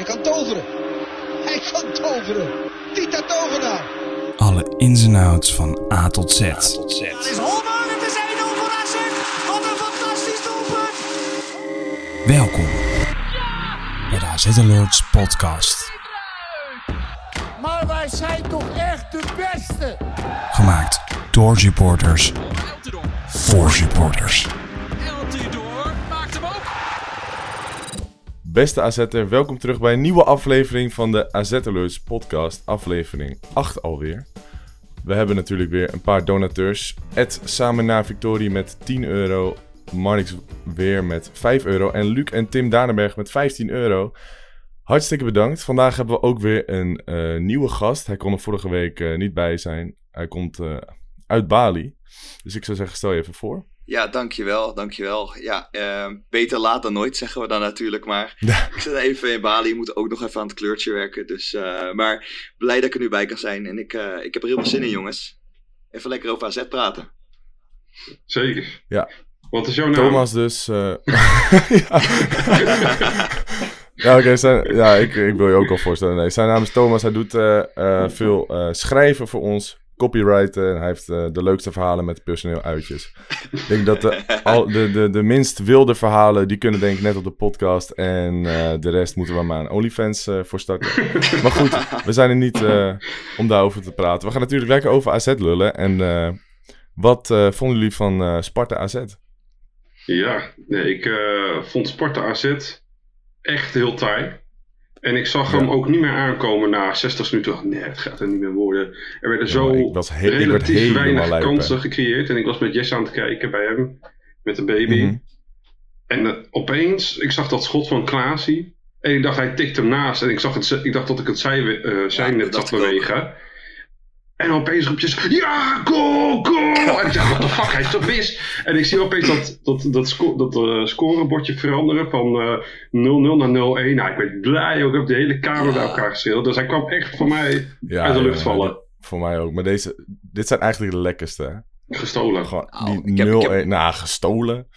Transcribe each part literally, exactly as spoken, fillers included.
kan toveren. Hij kan toveren. Tita Tovenaar. Alle ins en outs van A tot Z. Het is Holman, het is één nul voor A Z. Wat een fantastisch doelpunt. Welkom bij de A Z Alerts podcast. Maar wij zijn toch echt de beste. Gemaakt door supporters. Voor supporters. Beste A Z'er, welkom terug bij een nieuwe aflevering van de A Z Alerts podcast, aflevering acht alweer. We hebben natuurlijk weer een paar donateurs. Ed samen naar Victorie met tien euro, Marnix weer met vijf euro en Luc en Tim Danenberg met vijftien euro. Hartstikke bedankt. Vandaag hebben we ook weer een uh, nieuwe gast. Hij kon er vorige week uh, niet bij zijn. Hij komt uh, uit Bali. Dus ik zou zeggen, stel je even voor. Ja, dankjewel, dankjewel. Ja, uh, beter laat dan nooit, zeggen we dan natuurlijk maar. Ja. Ik zit even in Bali, moet ook nog even aan het kleurtje werken. Dus, uh, maar blij dat ik er nu bij kan zijn. En ik, uh, ik heb er heel veel zin in, jongens. Even lekker over A Z praten. Zeker. Ja. Wat is jouw naam? Thomas dus. Uh... ja, ja oké. Okay, ja, ik, ik wil je ook al voorstellen. Nee, zijn naam is Thomas. Hij doet uh, uh, veel uh, schrijven voor ons. Copywriten. En hij heeft uh, de leukste verhalen met personeel uitjes. Ik denk dat de, al, de, de, de minst wilde verhalen, die kunnen denk ik net op de podcast. En uh, de rest moeten we maar aan OnlyFans uh, voor starten. Maar goed, we zijn er niet uh, om daarover te praten. We gaan natuurlijk lekker over A Z lullen. En uh, wat uh, vonden jullie van uh, Sparta A Z? Ja, nee, ik uh, vond Sparta A Z echt heel taai. En ik zag ja. hem ook niet meer aankomen na zestig minuten. Nee, het gaat er niet meer worden. Er werden ja, zo he- relatief weinig lijpen. kansen gecreëerd. En ik was met Jesse aan het kijken bij hem. Met de baby. Mm-hmm. En uh, opeens, ik zag dat schot van Klaasie. En ik dacht, hij tikte hem naast. En ik, zag het, ik dacht dat ik het zij, uh, zij ja, net zag bewegen. Ook. En opeens roep je, ja, goal, goal! En ik dacht, what the fuck, hij is toch mis? En ik zie opeens dat, dat, dat, sco- dat uh, scorebordje veranderen van uh, nul nul naar nul een. Nou, ik ben blij, ook. Ik heb de hele kamer ja. bij elkaar geschreeuwd. Dus hij kwam echt voor mij ja, uit de lucht ja, vallen. Ja, voor mij ook. Maar deze, dit zijn eigenlijk de lekkerste, hè? Gestolen. Gewoon die oh, nul een, heb... nou, gestolen.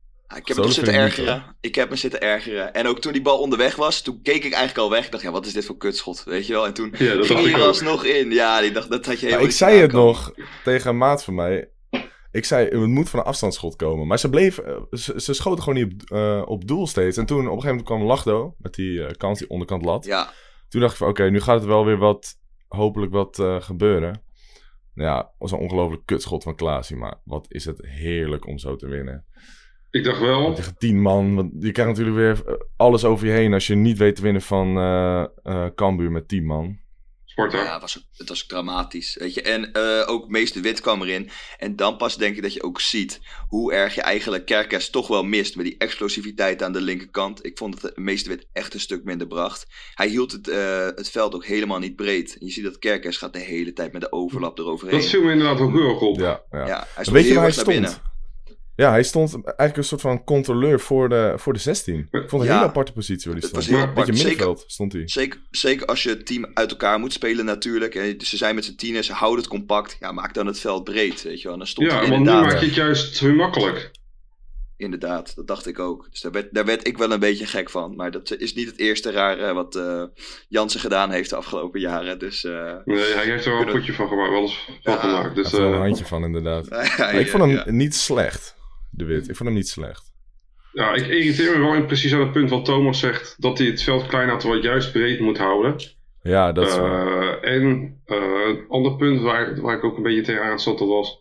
Ik heb me zitten ergeren. Ik heb me zitten ergeren. En ook toen die bal onderweg was, toen keek ik eigenlijk al weg. Ik dacht, ja, wat is dit voor kutschot? Weet je wel? En toen ja, ging hij er alsnog in. Ja, die dacht, dat had je helemaal niet. Ik zei het nog tegen een maat van mij. Ik zei, het moet van een afstandsschot komen. Maar ze bleef, ze, ze schoten gewoon niet op, uh, op doel steeds. En toen op een gegeven moment kwam Lachdo met die uh, kans, die onderkant lat. Ja. Toen dacht ik van, oké, okay, nu gaat het wel weer wat, hopelijk wat uh, gebeuren. Nou ja, het was een ongelooflijk kutschot van Klaasie. Maar wat is het heerlijk om zo te winnen. Ik dacht wel... Tegen tien man, want je krijgt natuurlijk weer alles over je heen als je niet weet te winnen van uh, uh, Cambuur met tien man. Sparta. Ja, het was, het was dramatisch, weet je. En uh, ook Meester Wit kwam erin. En dan pas denk ik dat je ook ziet hoe erg je eigenlijk Kerkers toch wel mist met die explosiviteit aan de linkerkant. Ik vond dat Meester Wit echt een stuk minder bracht. Hij hield het, uh, het veld ook helemaal niet breed. En je ziet dat Kerkers gaat de hele tijd met de overlap eroverheen. Dat viel me inderdaad ook heel erg op. Ja, ja. ja hij weet je waar hij stond? Binnen. Ja, hij stond eigenlijk een soort van controleur voor de, voor de zestien. Ik vond het een ja, hele aparte positie waar hij stond. Het was heel apart. Een beetje middenveld stond hij. Zeker, zeker als je het team uit elkaar moet spelen natuurlijk. En ze zijn met z'n tienen, ze houden het compact. Ja, maak dan het veld breed, weet je wel. Dan stond ja, hij want inderdaad, nu maak je het juist te makkelijk. Inderdaad, dat dacht ik ook. Dus daar werd, daar werd ik wel een beetje gek van. Maar dat is niet het eerste rare wat uh, Jansen gedaan heeft de afgelopen jaren. Dus, uh, nee, hij heeft er wel een potje van gemaakt. Wel eens van ja, gemaakt. Dus, er uh, een handje van inderdaad. Ja, ja, maar ik vond hem ja. niet slecht. De Wit. Ik vond hem niet slecht. Ja, ik irriteer me wel precies aan het punt wat Thomas zegt. Dat hij het veld klein had, terwijl het juist breed moet houden. Ja, dat is uh, waar. En uh, een ander punt waar, waar ik ook een beetje tegenaan zat, dat was...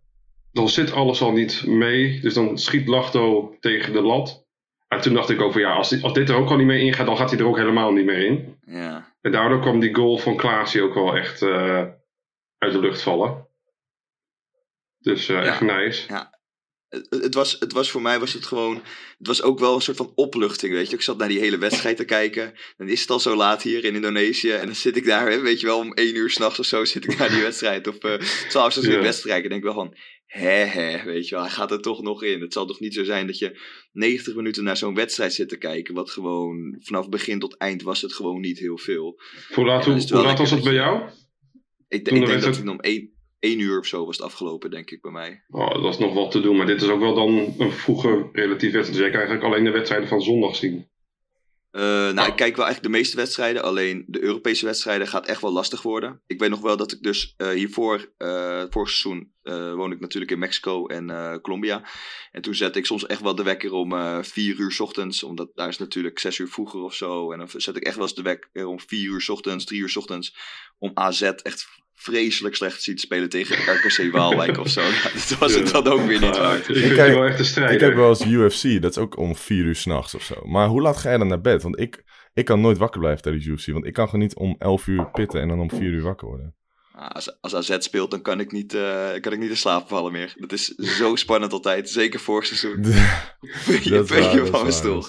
Dan zit alles al niet mee. Dus dan schiet Lachdo tegen de lat. En toen dacht ik ook van ja, als dit, als dit er ook al niet mee ingaat, dan gaat hij er ook helemaal niet meer in. Ja. En daardoor kwam die goal van Klaasie ook wel echt uh, uit de lucht vallen. Dus uh, ja. echt nice. Ja. Het, het, was, het was voor mij was het gewoon... Het was ook wel een soort van opluchting, weet je. Ik zat naar die hele wedstrijd te kijken. Dan is het al zo laat hier in Indonesië. En dan zit ik daar, weet je wel, om één uur 's nachts of zo zit ik naar die wedstrijd. Of uh, twaalf uur ja. wedstrijd. En denk wel van... Hè, hè, weet je wel, hij gaat er toch nog in. Het zal toch niet zo zijn dat je negentig minuten naar zo'n wedstrijd zit te kijken. Wat gewoon, vanaf begin tot eind was het gewoon niet heel veel. Hoe laat, hoe, hoe laat was het bij jou? Ik, ik denk dat het om één... Eén uur of zo was het afgelopen, denk ik, bij mij. Oh, dat is nog wat te doen. Maar dit is ook wel dan een vroege relatief wedstrijd. Dus jij kan eigenlijk alleen de wedstrijden van zondag zien. Uh, nou, oh. ik kijk wel eigenlijk de meeste wedstrijden. Alleen de Europese wedstrijden gaat echt wel lastig worden. Ik weet nog wel dat ik dus uh, hiervoor, uh, vorig seizoen, uh, woon ik natuurlijk in Mexico en uh, Colombia. En toen zette ik soms echt wel de wekker om uh, vier uur 's ochtends. Omdat daar is natuurlijk zes uur vroeger of zo. En dan zet ik echt wel eens de wekker om vier uur 's ochtends, drie uur 's ochtends. Om A Z echt vreselijk slecht zien te spelen tegen R K C Waalwijk of zo. Nou, dat was het dan ook weer niet uh, waard. Ik, ik, kijk, wel echt een ik heb wel eens U F C, dat is ook om vier uur 's nachts of zo. Maar hoe laat ga je dan naar bed? Want ik, ik kan nooit wakker blijven tijdens U F C. Want ik kan gewoon niet om elf uur pitten en dan om vier uur wakker worden. Als, als A Z speelt, dan kan ik, niet, uh, kan ik niet in slaap vallen meer. Dat is zo spannend altijd. Zeker vorig seizoen. Dat is waar, van mijn stoel.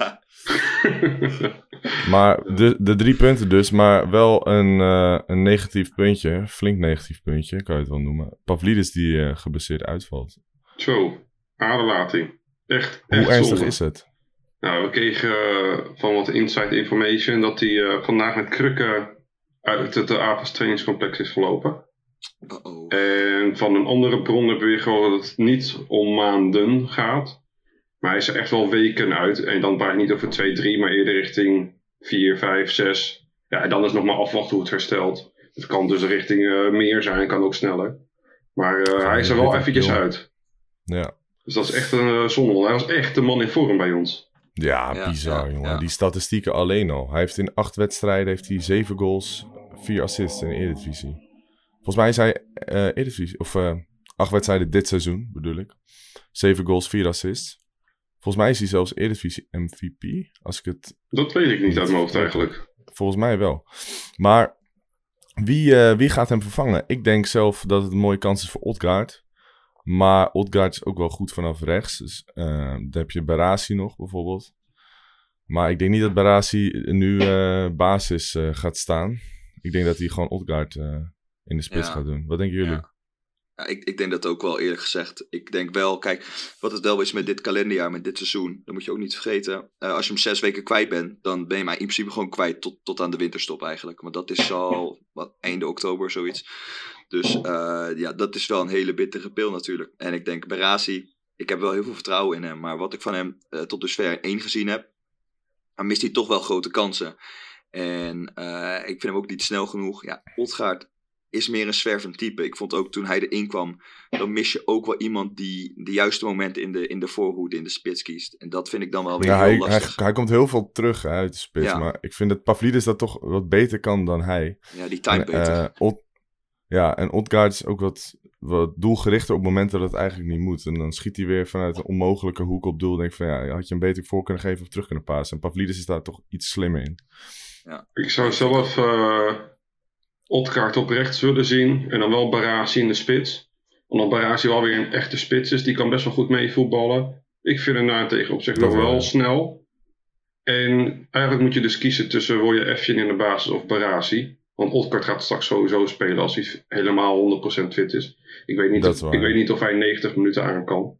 Maar de, de drie punten dus, maar wel een, uh, een negatief puntje. Flink negatief puntje, kan je het wel noemen. Pavlidis die uh, geblesseerd uitvalt. Zo, aderlating. Echt, Hoe echt ernstig zonde. is het? Nou, we kregen uh, van wat inside information dat hij uh, vandaag met krukken uit het A P A S trainingscomplex is gelopen. Uh-oh. En van een andere bron hebben we weer gehoord dat het niet om maanden gaat. Maar hij is er echt wel weken uit. En dan praat je niet over twee, drie, maar eerder richting vier, vijf, zes. Ja, en dan is nog maar afwachten hoe het herstelt. Het kan dus richting uh, meer zijn, kan ook sneller. Maar uh, hij is er wel eventjes uit. Ja. Dus dat is echt een uh, zonde. Hij was echt de man in vorm bij ons. Ja, ja bizar ja, jongen. Ja. Die statistieken alleen al. Hij heeft in acht wedstrijden heeft hij zeven goals, vier assists in de Eredivisie. Volgens mij is hij uh, Eredivisie, of uh, acht wedstrijden dit seizoen bedoel ik. Zeven goals, vier assists. Volgens mij is hij zelfs Eredivisie M V P. Als ik het... Dat weet ik niet uit mijn hoofd eigenlijk. Volgens mij wel. Maar wie, uh, wie gaat hem vervangen? Ik denk zelf dat het een mooie kans is voor Odgaard. Maar Odgaard is ook wel goed vanaf rechts. Dus uh, dan heb je Barasi nog bijvoorbeeld. Maar ik denk niet dat Barasi nu uh, basis uh, gaat staan. Ik denk dat hij gewoon Odgaard uh, in de spits Ja. gaat doen. Wat denken jullie? Ja. Ja, ik, ik denk dat ook wel eerlijk gezegd. Ik denk wel, kijk, wat het wel is met dit kalenderjaar, met dit seizoen, dan moet je ook niet vergeten. Uh, als je hem zes weken kwijt bent, dan ben je maar in principe gewoon kwijt tot, tot aan de winterstop eigenlijk. Want dat is al wat, einde oktober, zoiets. Dus uh, ja, dat is wel een hele bittere pil natuurlijk. En ik denk, Barasi, ik heb wel heel veel vertrouwen in hem. Maar wat ik van hem uh, tot dusver één gezien heb, dan mist hij toch wel grote kansen. En uh, ik vind hem ook niet snel genoeg. Ja, Odgaard is meer een zwervend type. Ik vond ook toen hij erin kwam, dan mis je ook wel iemand die de juiste momenten in de, in de voorhoede, in de spits kiest. En dat vind ik dan wel weer Ja, heel hij, lastig. hij, hij komt heel veel terug uit de spits. Ja. Maar ik vind dat Pavlidis dat toch wat beter kan dan hij. Ja, die time En, beter. uh, Od- ja, en Odgaard is ook wat, wat doelgerichter op momenten dat het eigenlijk niet moet. En dan schiet hij weer vanuit een onmogelijke hoek op doel. Denk van ja, had je hem beter voor kunnen geven of terug kunnen passen. En Pavlidis is daar toch iets slimmer in. Ja. Ik zou zelf uh, Odgaard op rechts willen zien. En dan wel Barasi in de spits. Omdat Barasi wel weer een echte spits is. Die kan best wel goed meevoetballen. Ik vind hem daarentegen op zich nog wel wel, ja. snel. En eigenlijk moet je dus kiezen tussen Roy Effjen in de basis of Barasi. Want Odgaard gaat straks sowieso spelen als hij helemaal honderd procent fit is. Ik weet niet, Dat of, is waar, ik ja. weet niet of hij negentig minuten aan kan.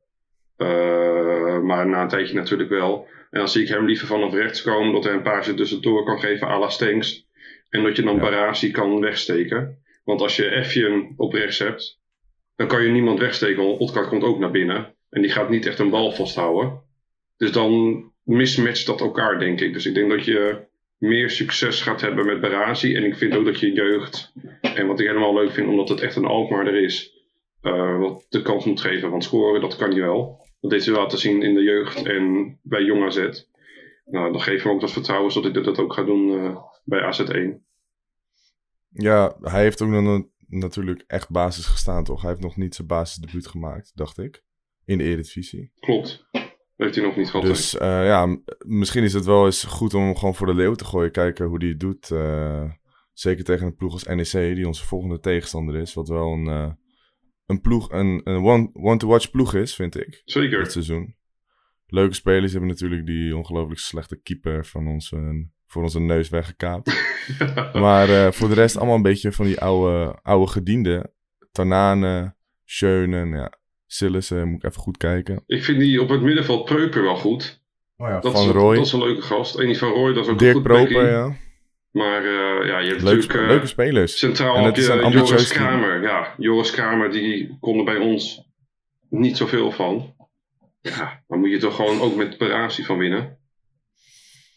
Uh, maar na een tijdje natuurlijk wel. En dan zie ik hem liever vanaf rechts komen. Dat hij een paasje tussendoor kan geven à la Stenks. En dat je dan Ja. Barasi kan wegsteken. Want als je Effjen op rechts hebt, dan kan je niemand wegsteken. Want Odgaard komt ook naar binnen. En die gaat niet echt een bal vasthouden. Dus dan mismatcht dat elkaar, denk ik. Dus ik denk dat je meer succes gaat hebben met Barasi. En ik vind ook dat je jeugd, en wat ik helemaal leuk vind, omdat het echt een Alkmaarder is, uh, wat de kans moet geven van scoren, dat kan je wel. Dat heeft hij laten zien in de jeugd en bij Jong A Z. Nou, dan geef hem ook dat vertrouwen, zodat hij dat ook gaat doen uh, bij A Z één. Ja, hij heeft ook nog een- natuurlijk echt basis gestaan, toch? Hij heeft nog niet zijn basisdebuut gemaakt, dacht ik. In de Eredivisie. Klopt. Dat heeft hij nog niet gehad. Dus uh, ja, m- misschien is het wel eens goed om hem gewoon voor de leeuw te gooien. Kijken hoe hij het doet. Uh, zeker tegen een ploeg als N E C, die onze volgende tegenstander is. Wat wel een, uh, een ploeg, een, een one, one-to-watch ploeg is, vind ik. Zeker. Dit seizoen. Leuke spelers hebben natuurlijk die ongelooflijk slechte keeper van ons, uh, voor onze neus weggekaapt. Maar uh, voor de rest allemaal een beetje van die oude, oude gedienden. Tanane, Schönen, ja. Sillissen, moet ik even goed kijken. Ik vind die op het middenveld Preuper wel goed. Oh ja, Dat Van is, Rooij. dat is een leuke gast. En die Van Rooij, dat is ook Dirk een goed Proper, backie. ja. Maar uh, ja, je hebt Leuke, natuurlijk... Uh, leuke spelers. Centraal En heb het je is een Joris ambitieus team. Kramer. Ja, Joris Kramer, die kon er bij ons niet zoveel van. Ja, dan moet je toch gewoon ook met Barasi van winnen.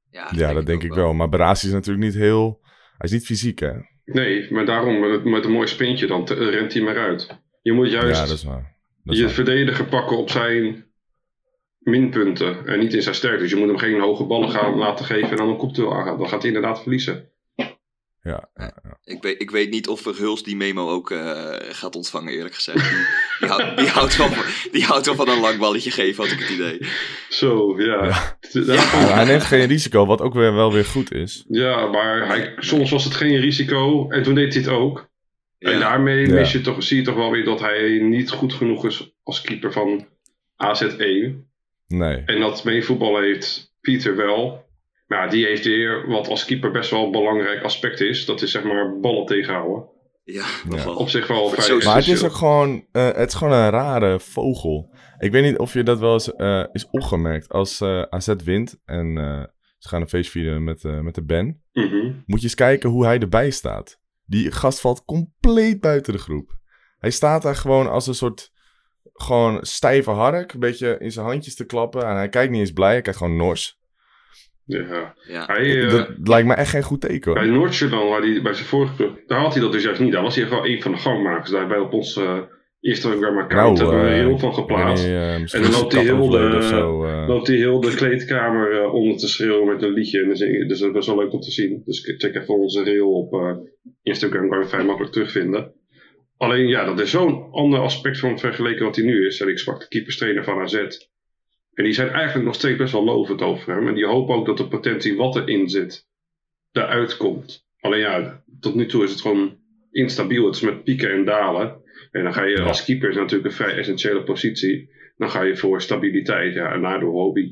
Ja, Ja, dat denk ik wel. Maar Barasi is natuurlijk niet heel... Hij is niet fysiek, hè? Nee, maar daarom met, met een mooi sprintje dan te- rent hij maar uit. Je moet juist Ja, dat is waar. Dat is je waar. verdediger pakken op zijn minpunten en niet in zijn sterkte. Dus je moet hem geen hoge ballen gaan laten geven en dan een kopduel aangaan. Dan gaat hij inderdaad verliezen. Ja, ja, ja. Ik weet, ik weet niet of Verhulst die memo ook uh, gaat ontvangen, eerlijk gezegd. Die, die, houdt, die, houdt wel, die houdt wel van een lang balletje geven, had ik het idee. Zo, ja. Ja. Ja. Ja, hij neemt geen risico, wat ook weer wel weer goed is. Ja, maar hij, soms was het geen risico en toen deed hij het ook. Ja. En daarmee Ja. mis je toch, zie je toch wel weer dat hij niet goed genoeg is als keeper van A Z één. Nee. En dat meevoetballen heeft Pieter wel. Maar ja, die heeft weer wat als keeper best wel een belangrijk aspect is. Dat is zeg maar ballen tegenhouden. Ja, nog wel. Op zich wel Wordt vrij zo- Maar het is essentieel. ook gewoon, uh, het is gewoon een rare vogel. Ik weet niet of je dat wel eens uh, is opgemerkt. Als uh, A Z wint en uh, ze gaan een feest vieren met, uh, met de Ben. Mhm. Moet je eens kijken hoe hij erbij staat. Die gast valt compleet buiten de groep. Hij staat daar gewoon als een soort gewoon stijve hark. Een beetje in zijn handjes te klappen. En hij kijkt niet eens blij, hij kijkt gewoon nors. Ja. Ja. Hij, uh, Dat lijkt me echt geen goed teken bij hoor. Noordje dan, waar die, bij zijn vorige club, daar had hij dat dus juist niet. Daar was hij echt wel een van de gangmakers. Daar bij op ons uh, Instagram-account hebben we er eh, heel van ik weet geplaatst. niet, uh, misschien En dan is loopt het hij heel kat de- of zo. uh. Loopt hij heel de kleedkamer uh, onder te schreeuwen met een liedje. En dan zing- dus dat is wel leuk om te zien. Dus check even onze reel op uh, Instagram, kan je vrij makkelijk terugvinden. Alleen ja, dat is zo'n ander aspect van vergeleken wat hij nu is. En ik sprak de keeperstrainer van A Z. En die zijn eigenlijk nog steeds best wel lovend over hem. En die hopen ook dat de potentie wat erin zit, eruit komt. Alleen ja, tot nu toe is het gewoon instabiel. Het is met pieken en dalen. En dan ga je Ja. als keeper, is natuurlijk een vrij essentiële positie. Dan ga je voor stabiliteit, ja, en daardoor hobby.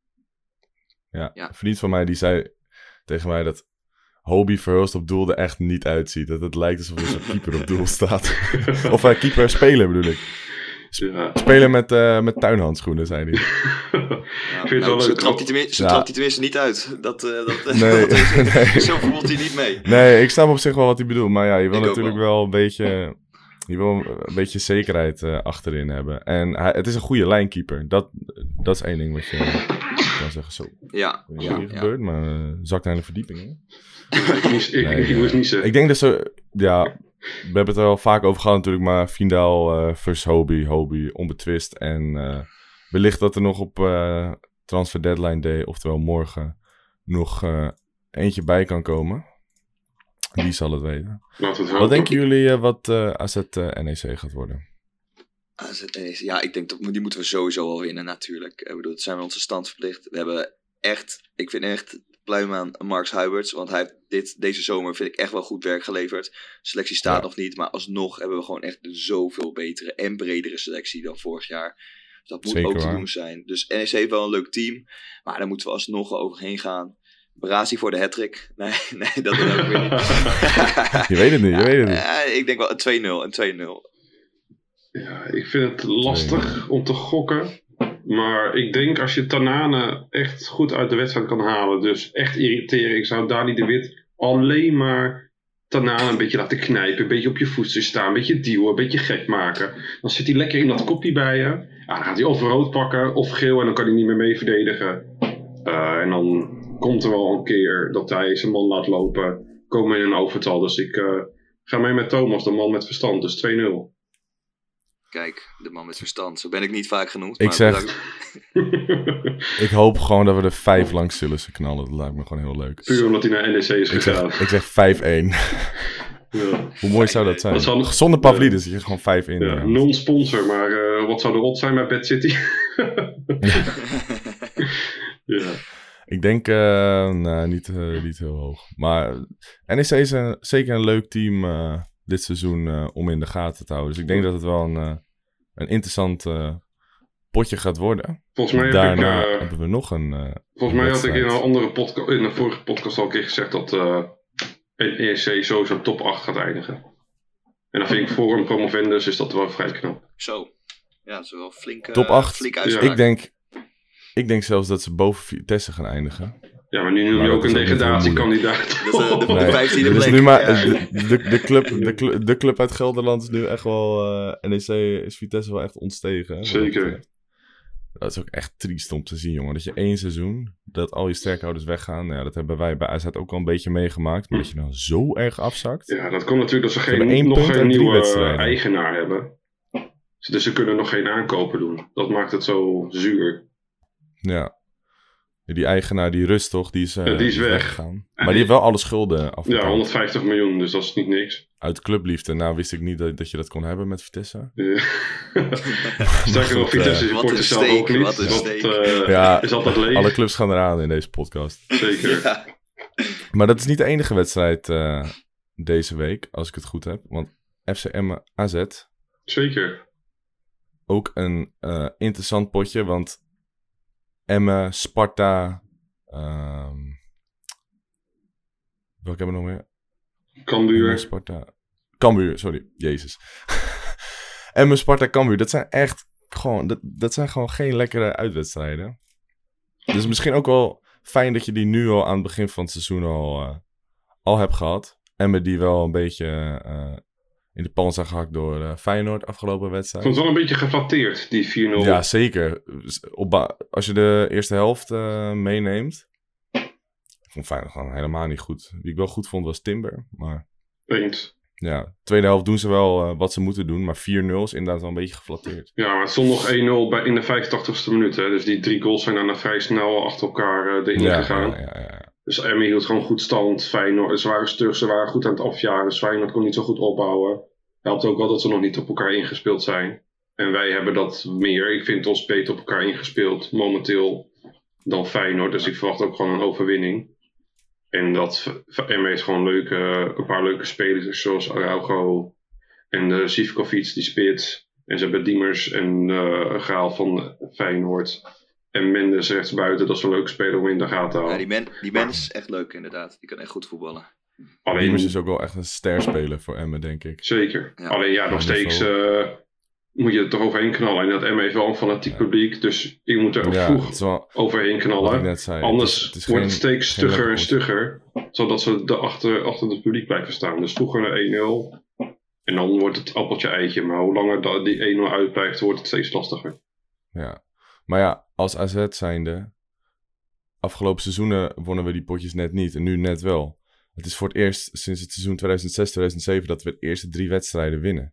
Ja, Ja. een vriend van mij die zei tegen mij dat Hobie Verhulst op doel er echt niet uitziet. Dat het lijkt alsof er zo'n keeper op doel staat. Of uh, keeper spelen bedoel ik. Ja. Spelen met, uh, met tuinhandschoenen, zei hij. Ja, vind het nou, wel zo leuk. trapt hij tenminste, zo Ja. trapt hij tenminste niet uit. Dat, uh, dat, uh, Nee, dat is- nee. Zo voelt hij niet mee. Nee, ik snap op zich wel wat hij bedoelt. Maar ja, je wil Ik ook natuurlijk wel. een beetje... Je wil een beetje zekerheid uh, achterin hebben. En hij, het is een goede lijnkeeper. Dat, dat is één ding wat je kan zeggen. Zo, ik Ja, weet niet ja, wat hier ja. gebeurt, maar uh, zakt naar de verdieping. Hè? ik, moest, ik, Nee, ik, ik moest niet zeggen. Ik denk dat ze... Ja, we hebben het er al vaak over gehad natuurlijk. Maar Vindal uh, versus Hobie. Hobie onbetwist. En uh, wellicht dat er nog op uh, Transfer Deadline Day, oftewel morgen, nog uh, eentje bij kan komen. Wie zal het weten. Laten we het Wat hopen. denken jullie uh, wat uh, A Z uh, N E C gaat worden? A Z N E C, ja, ik denk dat die moeten we sowieso al winnen natuurlijk. Ik bedoel, dat zijn we onze stand verplicht. We hebben echt, ik vind echt pluim aan Marks Huiberts. Want hij heeft dit, deze zomer vind ik echt wel goed werk geleverd. Selectie staat Ja. nog niet, maar alsnog hebben we gewoon echt een zoveel betere en bredere selectie dan vorig jaar. Dus dat moet Zeker ook te waar. doen zijn. Dus N E C heeft wel een leuk team, maar daar moeten we alsnog overheen gaan. Barasi voor de hattrick. Nee, nee, dat is ook weer niet. Je weet het niet, je weet het niet. Ja, ik denk wel een twee nul, een twee nul. Ja, ik vind het lastig om te gokken. Maar ik denk als je Tanane echt goed uit de wedstrijd kan halen. Dus echt irriteren. Ik zou Dani de Wit alleen maar Tanane een beetje laten knijpen. Een beetje op je voeten staan. Een beetje duwen. Een beetje gek maken. Dan zit hij lekker in dat kopje bij je. Ja, dan gaat hij of rood pakken of geel. En dan kan hij niet meer mee verdedigen. Uh, en dan komt er wel een keer dat hij zijn man laat lopen. Komen in een overtal. Dus ik uh, ga mee met Thomas. De man met verstand. Dus twee nul. Kijk, de man met verstand. Zo ben ik niet vaak genoemd. Ik maar zeg- bedankt. Ik hoop gewoon dat we er vijf langs zullen ze knallen. Dat lijkt me gewoon heel leuk. Puur omdat hij naar N E C is Ik gegaan. zeg, ik zeg vijf één. Ja. Hoe mooi zou dat zijn? Wat zou- Zonder Pavlidis zit je gewoon vijf één. Ja, non-sponsor, maar uh, wat zou de rot zijn bij Bad City? Ja. Ik denk, uh, nou, niet, uh, niet heel hoog. Maar N E C is een, zeker een leuk team uh, dit seizoen uh, om in de gaten te houden. Dus ik denk dat het wel een, uh, een interessant uh, potje gaat worden. Volgens mij, heb Daarna ik, uh, hebben we nog een uh, volgens mij had ik in wedstrijd. een andere podcast, in een vorige podcast al een keer gezegd dat uh, N E C sowieso top acht gaat eindigen. En dan vind ik voor een promovendus is dat wel vrij knap. Zo. Ja, dat is wel flink, uh, Top acht. flink uitspraak. Ik denk, ik denk zelfs dat ze boven Vitesse gaan eindigen. Ja, maar nu noem Maar je dat ook een is ook niet heel degradatiekandidaat. Dat is, uh, de, de Nee, vijftiende dus plek. nu maar, Ja. de, de, de, club, de, club, de club uit Gelderland is nu echt wel... Uh, N E C is Vitesse wel echt ontstegen. Hè, wat dat Zeker. betreft. Dat is ook echt triest om te zien, jongen. Dat je één seizoen, dat al je sterkhouders weggaan. Nou ja, dat hebben wij bij A Z ook al een beetje meegemaakt. Maar dat je dan zo erg afzakt. Ja, dat komt natuurlijk dat ze, Ze geen, nog geen nieuwe wedstrijden. eigenaar hebben. Dus ze kunnen nog geen aankopen doen. Dat maakt het zo zuur. Ja. Die eigenaar, die Rust toch, die is, uh, ja, die is die is weg. weggegaan. En maar die heeft wel alle schulden afbetaald. Ja, honderdvijftig miljoen, dus dat is niet niks. Uit clubliefde. Nou wist ik niet dat, dat je dat kon hebben met Vitesse. Ja. Sterker nog, Vitesse uh, supporten zelf ook niet. Wat een steek. Dat uh, Ja, is altijd leeg. Alle clubs gaan eraan in deze podcast. Zeker. Ja. Maar dat is niet de enige wedstrijd uh, deze week, als ik het goed heb. Want F C Emmen A Z, Zeker. ook een uh, interessant potje. Want Emmen, Sparta... Um, welke hebben we nog meer? Cambuur. Emmen, Sparta... Cambuur, sorry. Jezus. Emmen, Sparta, Cambuur. Dat zijn echt gewoon... Dat, dat zijn gewoon geen lekkere uitwedstrijden. Dus misschien ook wel fijn dat je die nu al aan het begin van het seizoen al, uh, al hebt gehad. Emmen die wel een beetje uh, in de pan zijn gehakt door uh, Feyenoord afgelopen wedstrijd. Ik vond het wel een beetje geflatteerd, die vier nul. Ja, zeker. Op ba- als je de eerste helft uh, meeneemt. Ik vond Feyenoord gewoon helemaal niet goed. Wie ik wel goed vond was Timber. Maar Eens. ja, tweede helft doen ze wel uh, wat ze moeten doen. Maar vier nul is inderdaad wel een beetje geflatteerd. Ja, maar het stond nog één nul bij, in de vijfentachtigste minuut. Hè? Dus die drie goals zijn daarna vrij snel achter elkaar uh, erin Ja, gegaan. ja, ja, ja. Dus Emmen hield gewoon goed stand. Feyenoord, ze waren stug, ze waren goed aan het afjagen. Dus Feyenoord kon niet zo goed opbouwen. Helpt ook wel dat ze nog niet op elkaar ingespeeld zijn. En wij hebben dat meer. Ik vind ons beter op elkaar ingespeeld momenteel dan Feyenoord. Dus ik verwacht ook gewoon een overwinning. En dat Emmen heeft gewoon leuke, een paar leuke spelers zoals Araujo en uh, Sivkovic, die spits. En ze hebben Diemers en uh, een Gaal van Feyenoord. En Mendes rechtsbuiten, dat is een leuke speler om in de gaten te houden. Ja, die, man, die man is echt leuk inderdaad. Die kan echt goed voetballen. Alleen, Diemers is ook wel echt een sterspeler voor Emmen, denk ik. Zeker. Ja. Alleen ja, nog Ja, steeds uh, moet je er toch overheen knallen. En dat Emmen heeft wel een fanatiek Ja. publiek. Dus je moet er ook Ja, vroeg het is wel overheen wat knallen. ik net zei. Anders het is, het is wordt geen- het steeds geen stugger en lekker stugger. Zodat ze de achter, achter het publiek blijven staan. Dus vroeger een één nul. En dan wordt het appeltje eitje. Maar hoe langer da- die één nul uitblijft, wordt het steeds lastiger. Ja. Maar ja, als A Z zijnde, afgelopen seizoenen wonnen we die potjes net niet en nu net wel. Het is voor het eerst sinds het seizoen tweeduizend zes tweeduizend zeven dat we de eerste drie wedstrijden winnen.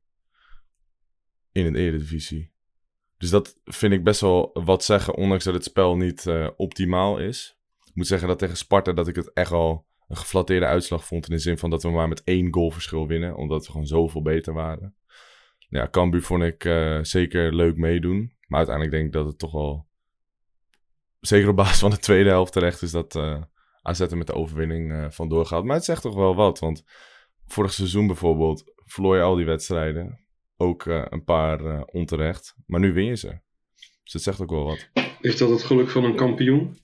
In de Eredivisie. Dus dat vind ik best wel wat zeggen, ondanks dat het spel niet uh, optimaal is. Ik moet zeggen dat tegen Sparta dat ik het echt al een geflatteerde uitslag vond. In de zin van dat we maar met één goalverschil winnen, omdat we gewoon zoveel beter waren. Ja, Cambuur vond ik uh, zeker leuk meedoen. Maar uiteindelijk denk ik dat het toch wel, zeker op basis van de tweede helft terecht is, dat uh, A Z er met de overwinning uh, van doorgaat. Maar het zegt toch wel wat, want vorig seizoen bijvoorbeeld verloor je al die wedstrijden. Ook uh, een paar uh, onterecht. Maar nu win je ze. Dus het zegt ook wel wat. Is dat het geluk van een kampioen?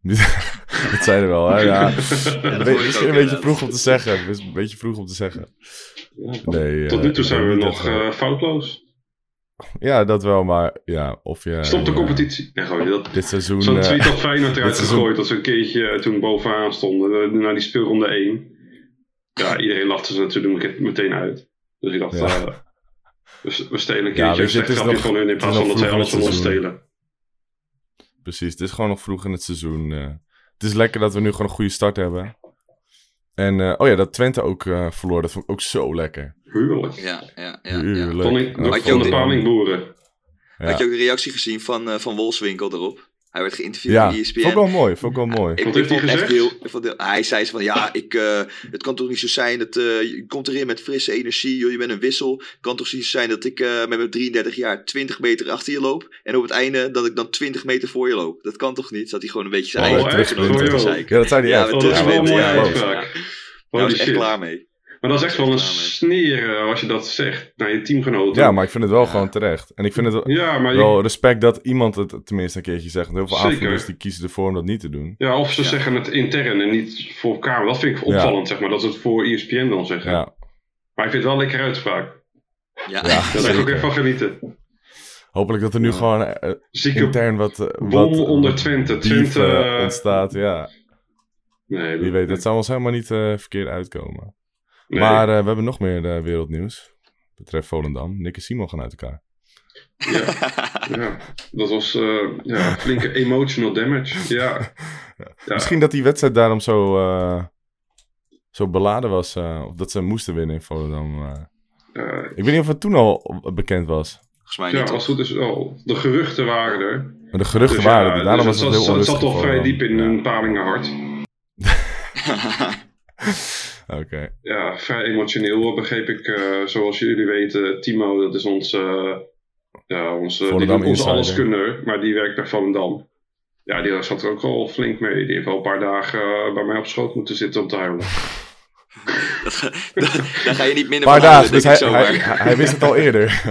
Dat zei er wel, hè? Ja. dat Een hoor beetje, ik misschien ook een beetje inderdaad. vroeg om te zeggen. Een beetje vroeg om te zeggen. Nee, Tot uh, nu toe ik zijn denk we niet nog dat we- uh, foutloos. Ja, dat wel, maar ja, of je... Stop de ja, competitie. Nee, gooi dat. dit seizoen... Zo'n uh, tweet had Feyenoord eruit dit seizoen- gegooid dat ze een keertje uh, toen bovenaan stonden. Uh, na die speelronde één. Ja, iedereen lachte ze natuurlijk meteen uit. Dus ik dacht, Ja. uh, we, we stelen een Ja, keertje weet je, een het is slecht grapje nog- van hun in het is plaats nog van dat zij vroeg in alles van het ons seizoen. stelen. Precies, het is gewoon nog vroeg in het seizoen. uh. Het is lekker dat we nu gewoon een goede start hebben. En, uh, oh ja, dat Twente ook uh, verloor, dat vond ik ook zo lekker. Heerlijk. Ja, ja, ja. ja. Heerlijk. Vond ik, En dat ook je van ook de die- palingboeren. Ja. Had je ook de reactie gezien van, uh, van Wolfswinkel erop? Hij werd geïnterviewd Ja, in E S P N. vond ik wel mooi, vond ik wel mooi. Ik, Wat ik heeft hij vond het echt gezegd? heel, ik vond het- hij zei ze van ja, ik, uh, het kan toch niet zo zijn dat uh, je komt erin met frisse energie, joh, je bent een wissel. Het kan toch niet zo zijn dat ik uh, met mijn drieëndertig jaar twintig meter achter je loop en op het einde dat ik dan twintig meter voor je loop. Dat kan toch niet? Dat hij gewoon een beetje zijn Oh, eigen echt? teruggenomen Oh, te joh. zeiken. Ja, dat zei hij Ja, echt. met Oh, dat is wel een terugweten, mooie ja, uitspraak. ja. Holy Daar was echt shit. klaar mee. Maar dat is echt wel een Klaar mee. sneer uh, als je dat zegt naar je teamgenoten. Ja, maar ik vind het wel Ja. gewoon terecht. En ik vind het wel- Ja, maar je- wel respect dat iemand het tenminste een keertje zegt. Want heel veel Zeker. aanvoerders die kiezen ervoor om dat niet te doen. ja, of ze Ja. zeggen het intern en niet voor elkaar. Dat vind ik opvallend, zeg maar. Dat ze het voor E S P N dan zeggen. Ja, Maar ik vind het wel een lekkere uitspraak. Ja, Ja. Daar ga ik ook Zeker. echt van genieten. hopelijk dat er nu Ja. gewoon uh, Zieke intern wat, uh, bom wat onder wat Twente. beef, Twente, uh, uh, ontstaat. Ja, Nee, wie weet. Dat zou ons helemaal niet uh, verkeerd uitkomen. nee. Maar uh, we hebben nog meer uh, wereldnieuws. Betreft Volendam. Nick en Simon gaan uit elkaar. Ja, ja. Dat was uh, ja, flinke emotional damage. Ja. Ja. Ja. Misschien dat die wedstrijd daarom zo, uh, zo beladen was. Uh, of dat ze moesten winnen in Volendam. Uh. Uh, Ik weet niet of het toen al bekend was. Volgens mij ja, niet. als het goed is wel. De geruchten waren er. Maar de geruchten dus waren er. ja, Daarom dus was het, het heel zat, onrustig. Het zat toch vrij diep in ja. een Palingenhart. Oké. Okay. Ja, vrij emotioneel begreep ik. Uh, zoals jullie weten, Timo, dat is ons, uh, ja, onze, die onze alleskunner, maar die werkt bij Volendam. Ja, die zat er ook al flink mee. Die heeft al een paar dagen uh, bij mij op schoot moeten zitten om te huilen. Daar ga je niet minder van huilen, dus denk ik hij, zo. Hij, hij, hij wist het al eerder.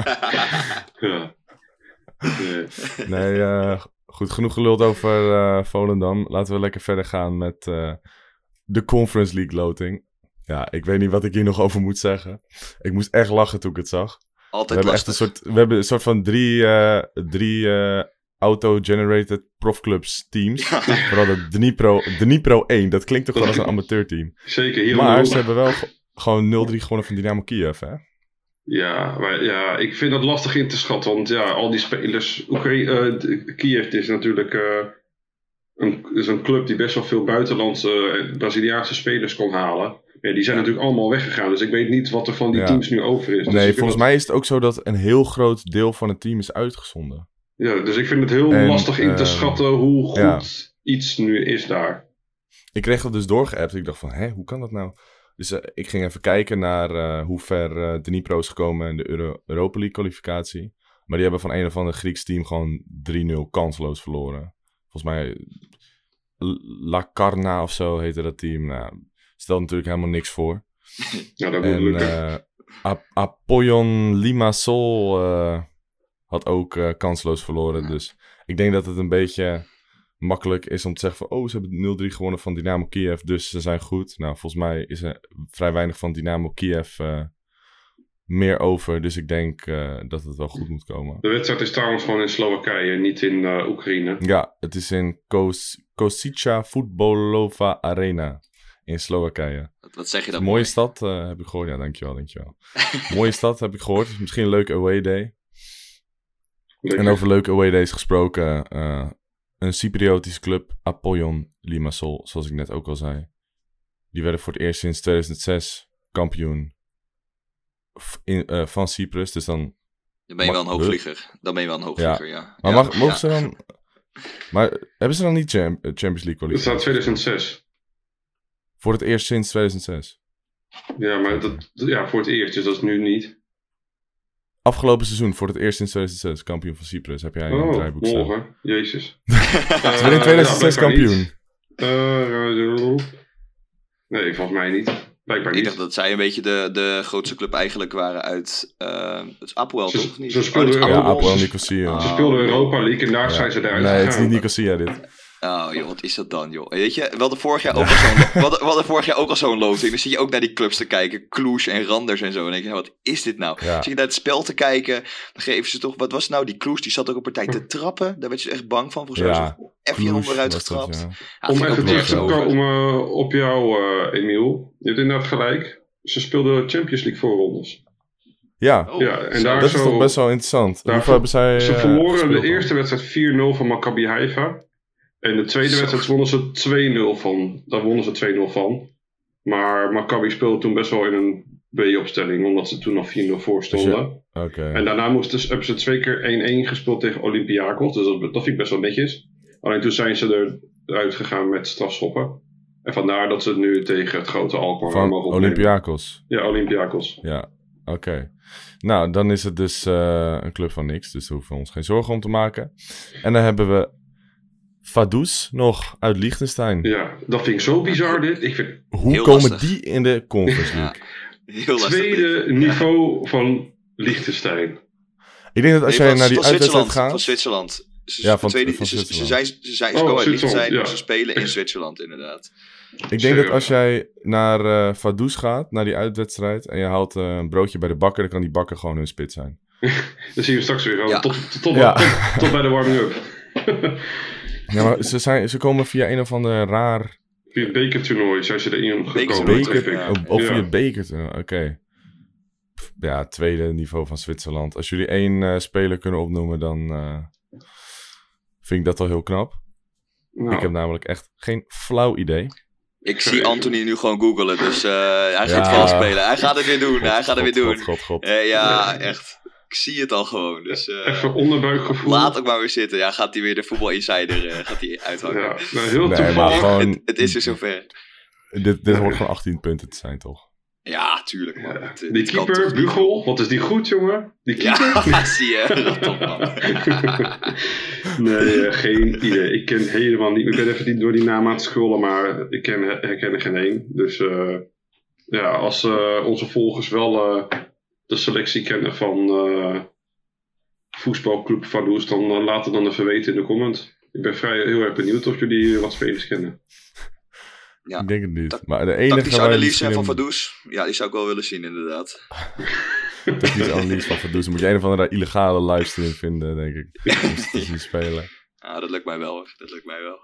Ja. Nee, nee uh, goed, genoeg geluld over uh, Volendam. Laten we lekker verder gaan met uh, de Conference League loting. Ja, ik weet niet wat ik hier nog over moet zeggen. Ik moest echt lachen toen ik het zag. Altijd we hebben lastig. Echt een soort, we hebben een soort van drie, uh, drie uh, auto-generated profclubs teams. Ja. Vooral de Dnipro, Dnipro één. Dat klinkt toch wel als een amateurteam. Zeker. Hier maar ze hebben wel g- gewoon nul drie gewonnen van Dynamo Kiev, hè? Ja, maar ja, ik vind dat lastig in te schatten. Want ja, al die spelers... Oekraïne, uh, Kiev is natuurlijk uh, een, is een club die best wel veel buitenlandse uh, Braziliaanse spelers kon halen. Ja, die zijn ja. natuurlijk allemaal weggegaan. Dus ik weet niet wat er van die ja. teams nu over is. Dus nee, volgens dat... mij is het ook zo dat een heel groot deel van het team is uitgezonden. Ja, dus ik vind het heel en, lastig in te uh, schatten hoe goed ja. iets nu is daar. Ik kreeg dat dus doorgeappt. Ik dacht van, hé, hoe kan dat nou? Dus uh, ik ging even kijken naar uh, hoe ver uh, Dnipro is gekomen in de Euro- Europa League kwalificatie. Maar die hebben van een of ander Grieks team gewoon drie nul kansloos verloren. Volgens mij La Carna of zo heette dat team. Nou, stelt natuurlijk helemaal niks voor. Ja, dat moet en, lukken. Uh, Ap- Apollon Limassol uh, had ook uh, kansloos verloren. Ja. Dus ik denk dat het een beetje makkelijk is om te zeggen van... oh, ze hebben nul drie gewonnen van Dynamo Kiev, dus ze zijn goed. Nou, volgens mij is er vrij weinig van Dynamo Kiev uh, meer over. Dus ik denk uh, dat het wel goed moet komen. De wedstrijd is trouwens gewoon in Slowakije, niet in uh, Oekraïne. Ja, het is in Kos- Kosica Futbolova Arena in Slowakije. Wat zeg je dan? Mooie mooi? stad, uh, heb ik gehoord. Ja, dankjewel, dankjewel. Mooie stad, heb ik gehoord. Misschien een leuke away day. Leuk. En over leuke away days gesproken... Uh, een Cypriotische club, Apollon Limassol, zoals ik net ook al zei. Die werden voor het eerst sinds tweeduizend zes kampioen in, uh, van Cyprus. Dus dan... Dan ben je wel een hoogvlieger. Dan ben je wel een hoogvlieger, ja. ja. Maar ja, mag, mogen ja. ze dan... Maar hebben ze dan niet Champ- Champions League kwalificatie? Het staat tweeduizend zes. Voor het eerst sinds tweeduizend zes? Ja, maar dat, ja, voor het eerst, dus dat is nu niet. Afgelopen seizoen, voor het eerst sinds tweeduizend zes, kampioen van Cyprus. Heb jij in het draaiboek staan? Oh, morgen. Jezus. Ze werden in tweeduizend zes uh, ja, kampioen. Uh, nee, volgens mij niet. Blijkbaar niet. Ik dacht dat zij een beetje de, de grootste club eigenlijk waren uit... Uh, het is Apoel, ze, toch? Niet? Ze speelden oh, ja, Apoel Nicosia. Oh, ze speelden Europa League en daar ja. zijn ze eruit Nee, gegaan. het is niet Nicosia dit. Oh joh, wat is dat dan joh? Weet je, we hadden vorig jaar ook al zo'n, we hadden, we hadden vorig jaar ook al zo'n loting. Dan zie je ook naar die clubs te kijken, Cluj en Randers en zo. En dan denk je, nou, wat is dit nou? Ja. Zie je naar het spel te kijken, dan geven ze toch, wat was het nou? Die Cluj, die zat ook een partij te trappen. Daar werd je echt bang van. Volgens mij ja. even je onderuit getrapt. Dat, ja. Ja, om even terug te komen uh, op jou, uh, Emiel. Je hebt inderdaad gelijk. Ze speelden Champions League voorrondes. Ja, oh, ja en daar dat zo, is toch best wel interessant. Daar, Hoeveel hebben zij Ze uh, verloren de eerste wedstrijd vier nul van Maccabi Haifa. En de tweede Zo. wedstrijd wonnen ze twee nul van. Daar wonnen ze twee nul van. Maar Maccabi speelde toen best wel in een B-opstelling. Omdat ze toen nog vier nul voor stonden. Ja. Okay. En daarna moesten, hebben ze twee keer één één gespeeld tegen Olympiakos. Dus dat, dat vind ik best wel netjes. Alleen toen zijn ze eruit gegaan met strafschoppen. En vandaar dat ze het nu tegen het grote Alkmaar van mogen opnemen. Olympiakos? Ja, Olympiakos. Ja, oké. Okay. Nou, dan is het dus uh, een club van niks. Dus daar hoeven we ons geen zorgen om te maken. En dan hebben we Vaduz nog uit Liechtenstein. Ja, dat vind ik zo bizar dit. Ik vind... Hoe Heel komen lastig. die in de Conference League? Ja, heel lastig. Tweede dit. niveau ja. van Liechtenstein. Ik denk dat als nee, jij van, naar die uitwedstrijd gaat... Van Zwitserland. Ze, ja, van, tweede, van ze, Zwitserland. Ze zijn, ze zijn ze oh, komen uit Liechtenstein, ja. maar ze spelen in Zwitserland inderdaad. Ik denk dat als jij naar uh, Vaduz gaat, naar die uitwedstrijd, en je haalt uh, een broodje bij de bakker, dan kan die bakker gewoon hun spit zijn. Dan zien we straks weer. Oh, ja. tot, tot, tot, ja. tot, tot bij de warming-up. Ja, maar ze, zijn, ze komen via een of ander raar... Via het bekertoernooi zijn ze erin gekomen. Beker, ja. Of via ja. het bekertoernooi, oké. Okay. ja, tweede niveau van Zwitserland. Als jullie één uh, speler kunnen opnoemen, dan uh, vind ik dat al heel knap. Nou. Ik heb namelijk echt geen flauw idee. Ik zie Anthony nu gewoon googlen, dus uh, hij gaat ja. vals spelen. Hij gaat het weer doen, God, hij gaat God, het weer God, doen. God, God, God. Uh, ja, echt. Ik zie het al gewoon. Dus, uh, even onderbuikgevoel. Laat ook maar weer zitten. Ja, gaat hij weer de Voetbal Insider uh, gaat hij uithangen. Ja, nou, heel nee, maar gewoon, het, het is er zover. Dit, dit hoort gewoon achttien punten te zijn, toch? Ja, tuurlijk, man. Ja. Het, die het keeper, Bugel, wat is die goed, jongen? Die keeper? Ja, zie je. Top, man. Nee, uh, geen idee. Ik ken helemaal niet. Ik ben even niet door die naam aan het scrollen, maar ik ken, herken er geen één. Dus uh, ja, als uh, onze volgers wel uh, de selectie kennen van uh, voetbalclub Vaduz, dan uh, laat het dan even weten in de comment. Ik ben vrij heel erg benieuwd of jullie wat spelers kennen. Ja. Ik denk het niet. Ta- maar de enige Tactische analyse van hem... Vaduz, ja, die zou ik wel willen zien, inderdaad. Tactische analyse van Vaduz. Dan moet je een of andere illegale livestream vinden, denk ik. Om te zien spelen. Ah, dat lukt mij wel, hoor. Dat lukt mij wel.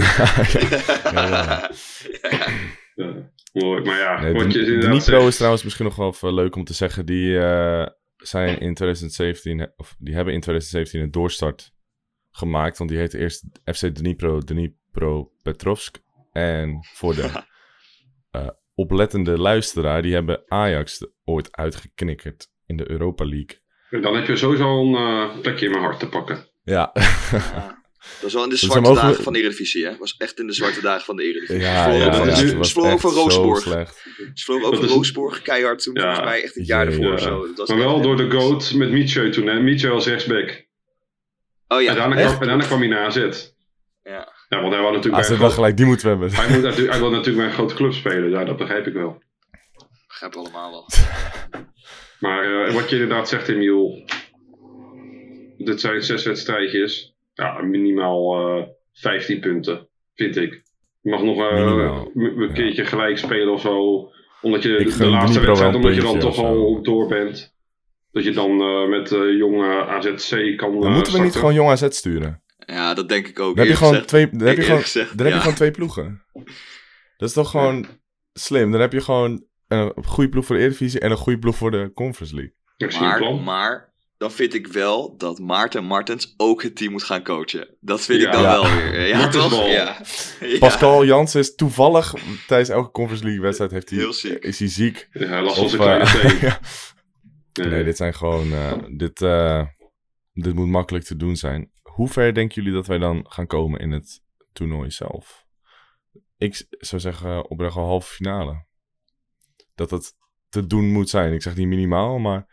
ja, ja. ja. ja. Mooi, maar ja. Nee, de, je de Nipro is trouwens misschien nog wel even leuk om te zeggen. Die uh, zijn in twintig zeventien, of die hebben in twintig zeventien een doorstart gemaakt. Want die heette eerst F C Dnipro, Dnipro Petrovsk. En voor de uh, oplettende luisteraar, die hebben Ajax ooit uitgeknikkerd in de Europa League. En dan heb je sowieso een uh, plekje in mijn hart te pakken. Ja. ja. Dat was wel in de zwarte dus dagen we... van de Eredivisie, hè? Dat was echt in de zwarte dagen van de Eredivisie. Ja, ja, van, ja, ze ja, vloog over Roosborg. Ze vloog over Roosborg keihard toen, ja. volgens mij echt het jaar ja, ervoor ja. of zo. Dat was maar wel door de GOAT met Mietje toen, hè? Mietje als rechtsback. Oh ja. En daarna, kwam, en daarna kwam hij naar A Z. Ja. Ja, want hij wil natuurlijk Als we wel gelijk, die moeten we hebben. Hij, moet natuurlijk, hij wil natuurlijk bij een grote club spelen, ja, dat begrijp ik wel. Begrijp allemaal wel. Maar uh, wat je inderdaad zegt, Emiel. Dit zijn zes wedstrijdjes. Ja, minimaal uh, vijftien punten, vind ik. Je mag nog uh, een keertje ja. gelijk spelen of zo. Omdat je ik de laatste wedstrijd, omdat je dan toch al door bent. Dat je dan uh, met uh, jonge A Z C kan uh, Dan moeten we starten. niet gewoon jong A Z sturen. Ja, dat denk ik ook. Dan heb je gewoon gezegd. twee, dan heb je gewoon, gezegd, dan ja. heb je gewoon twee ploegen. Dat is toch gewoon ja. slim. Dan heb je gewoon een goede ploeg voor de Eredivisie en een goede ploeg voor de Conference League. Maar, maar dan vind ik wel dat Maarten Martens ook het team moet gaan coachen. Dat vind ja. ik dan ja. wel weer. Ja, toch? Ja. Pascal Jansen is toevallig tijdens elke Conference League wedstrijd heeft hij, heel ziek. is hij ziek. Ja, last van zijn kleine teen. ja. Nee, nee, dit zijn gewoon... Uh, dit, uh, dit moet makkelijk te doen zijn. Hoe ver denken jullie dat wij dan gaan komen in het toernooi zelf? Ik zou zeggen oprecht al halve finale. Dat het te doen moet zijn. Ik zeg niet minimaal, maar...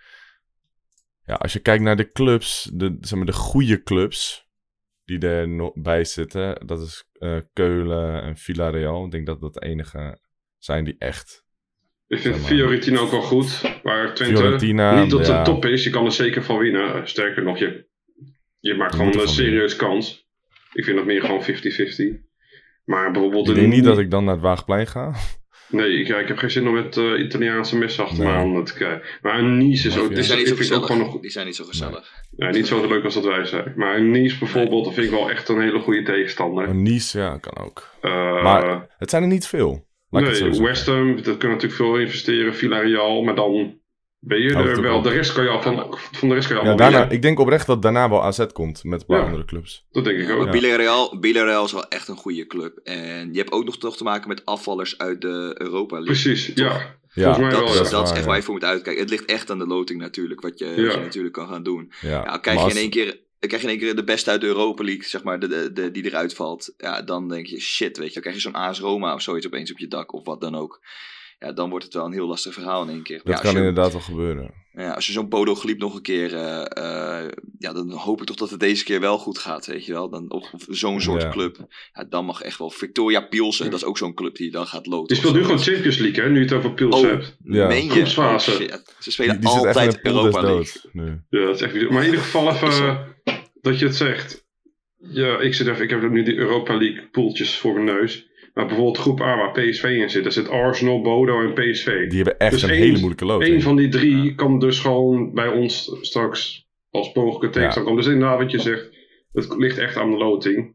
Ja, als je kijkt naar de clubs, de, zeg maar de goede clubs die er nog bij zitten, dat is uh, Keulen en Villarreal. Ik denk dat dat de enige zijn die echt... Ik vind Fiorentina ook wel goed, waar Twente Fiorentina, niet tot ja. de top is. Je kan er zeker van winnen. Sterker nog, je, je maakt gewoon een serieus kans. Ik vind dat meer gewoon vijftig vijftig. Maar bijvoorbeeld... Ik denk niet dat ik dan naar het Waagplein ga. Nee, ik, ik heb geen zin om met uh, Italiaanse mes achter me nee. aan te kijken. Maar Nice is ook... Die is, zijn niet zo gezellig. Ook nog, die zijn niet zo gezellig. Nee, niet zo leuk als dat wij zijn. Maar Nice bijvoorbeeld, nee. vind ik wel echt een hele goede tegenstander. Een Nice, ja, kan ook. Uh, maar het zijn er niet veel. Nee, West Ham, dat kunnen natuurlijk veel investeren. Villarreal, maar dan ben je er wel. De rest kan je al van, van de rest kan je ja, allemaal daarna, ik denk oprecht dat daarna wel A Z komt met een paar ja, andere clubs. Dat denk ik ja, ook. Maar Villarreal, Villarreal is wel echt een goede club. En je hebt ook nog toch te maken met afvallers uit de Europa League. Precies, toch? ja. Ja, mij dat, wel, is, ja. dat is echt waar, waar ja. je voor moet uitkijken. Het ligt echt aan de loting natuurlijk, wat je, ja. wat je natuurlijk kan gaan doen. Ja. Ja, krijg je als... in één keer... Dan krijg je in één keer de beste uit de Europa League, zeg maar, de, de, de, die eruit valt. Ja, dan denk je, shit, weet je. Dan krijg je zo'n A S Roma of zoiets opeens op je dak, of wat dan ook. Ja, dan wordt het wel een heel lastig verhaal in één keer. Dat ja, kan je, inderdaad wel gebeuren. Ja, als je zo'n Bodo Glimt nog een keer... Uh, uh, ja, dan hoop ik toch dat het deze keer wel goed gaat, weet je wel. Dan, of, of zo'n soort ja. club. Ja, dan mag echt wel. Victoria Pilsen, dat is ook zo'n club die dan gaat loten. Die speelt nu gewoon Champions League, hè? Nu je het over Pilsen oh, hebt. Ja. Meen je? Groepsfase. Oh, shit. Ze spelen die, die altijd Europa League. Nu. Ja, dat is echt bizar. Maar in ieder geval even uh, dat je het zegt. Ja, ik zit even, ik heb nu die Europa League poeltjes voor mijn neus. Maar bijvoorbeeld groep A waar P S V in zit. Daar zit Arsenal, Bodo en P S V. Die hebben echt dus een één, hele moeilijke loting. Eén van die drie ja. kan dus gewoon bij ons straks als mogelijke tegenstander komen. Dus inderdaad wat je zegt, het ligt echt aan de loting.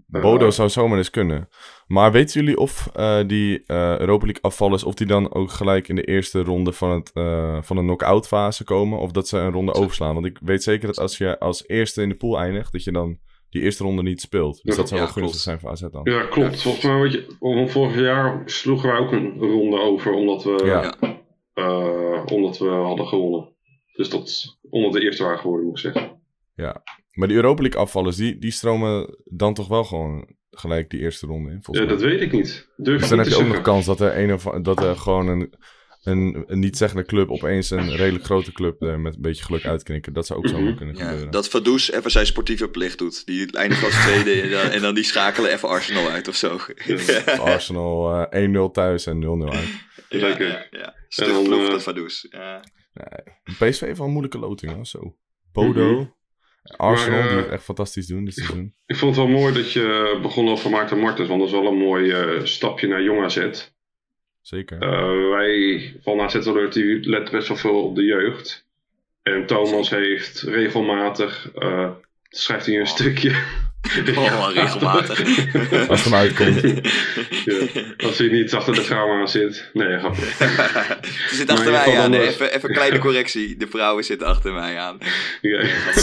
Bodo Uh, zou zomaar eens kunnen. Maar weten jullie of uh, die uh, Europa League afvallers, of die dan ook gelijk in de eerste ronde van, het, uh, van de knock-out fase komen? Of dat ze een ronde overslaan? Want ik weet zeker dat als je als eerste in de pool eindigt, dat je dan die eerste ronde niet speelt. Dus Ja, dat zou ja, wel gunstig klopt. zijn voor A Z dan. Ja, klopt. Volgens mij, weet je, vorig jaar sloegen wij ook een ronde over, omdat we, Ja. uh, omdat we hadden gewonnen. Dus dat omdat de eerste waren geworden, moet ik zeggen. Ja. Maar die Europa League afvallers, die, die stromen dan toch wel gewoon gelijk die eerste ronde in, Ja, volgens mij. dat weet ik niet. Durf Dus ik dan heb niet te je ook zeggen. nog kans dat er, een of, dat er gewoon een, een, een niet-zeggende club opeens een redelijk grote club er met een beetje geluk uitknikken. Dat zou ook zomaar Mhm. kunnen Ja, gebeuren. dat Vaduz even zijn sportieve plicht doet. Die eindigt als tweede en dan, en dan die schakelen even Arsenal uit of zo. Arsenal uh, één nul thuis en nul nul uit. Ja, Lekker. ja, ja. En Stug dan, ploeg eh, dat Vaduz. Ja. P S V heeft wel een moeilijke loting, hoor. Zo. Bodo. Mhm. Arsenal, Maar, uh, die het echt fantastisch doen dit seizoen. Ik vond het wel mooi dat je begon over Maarten Martens, want dat is wel een mooi uh, stapje naar Jong A Z. Zeker. Uh, wij van A Z Alert die letten best wel veel op de jeugd. En Thomas heeft regelmatig, uh, schrijft hij een Oh. stukje. Oh, regelmatig. Als het hem uitkomt. Ja, als hij niet achter de vrouw aan zit. Nee, grapje. Ze zit Maar achter in mij ieder geval aan. dan, hè. uh, Even, even een kleine correctie. De vrouwen zitten achter mij aan. Ja.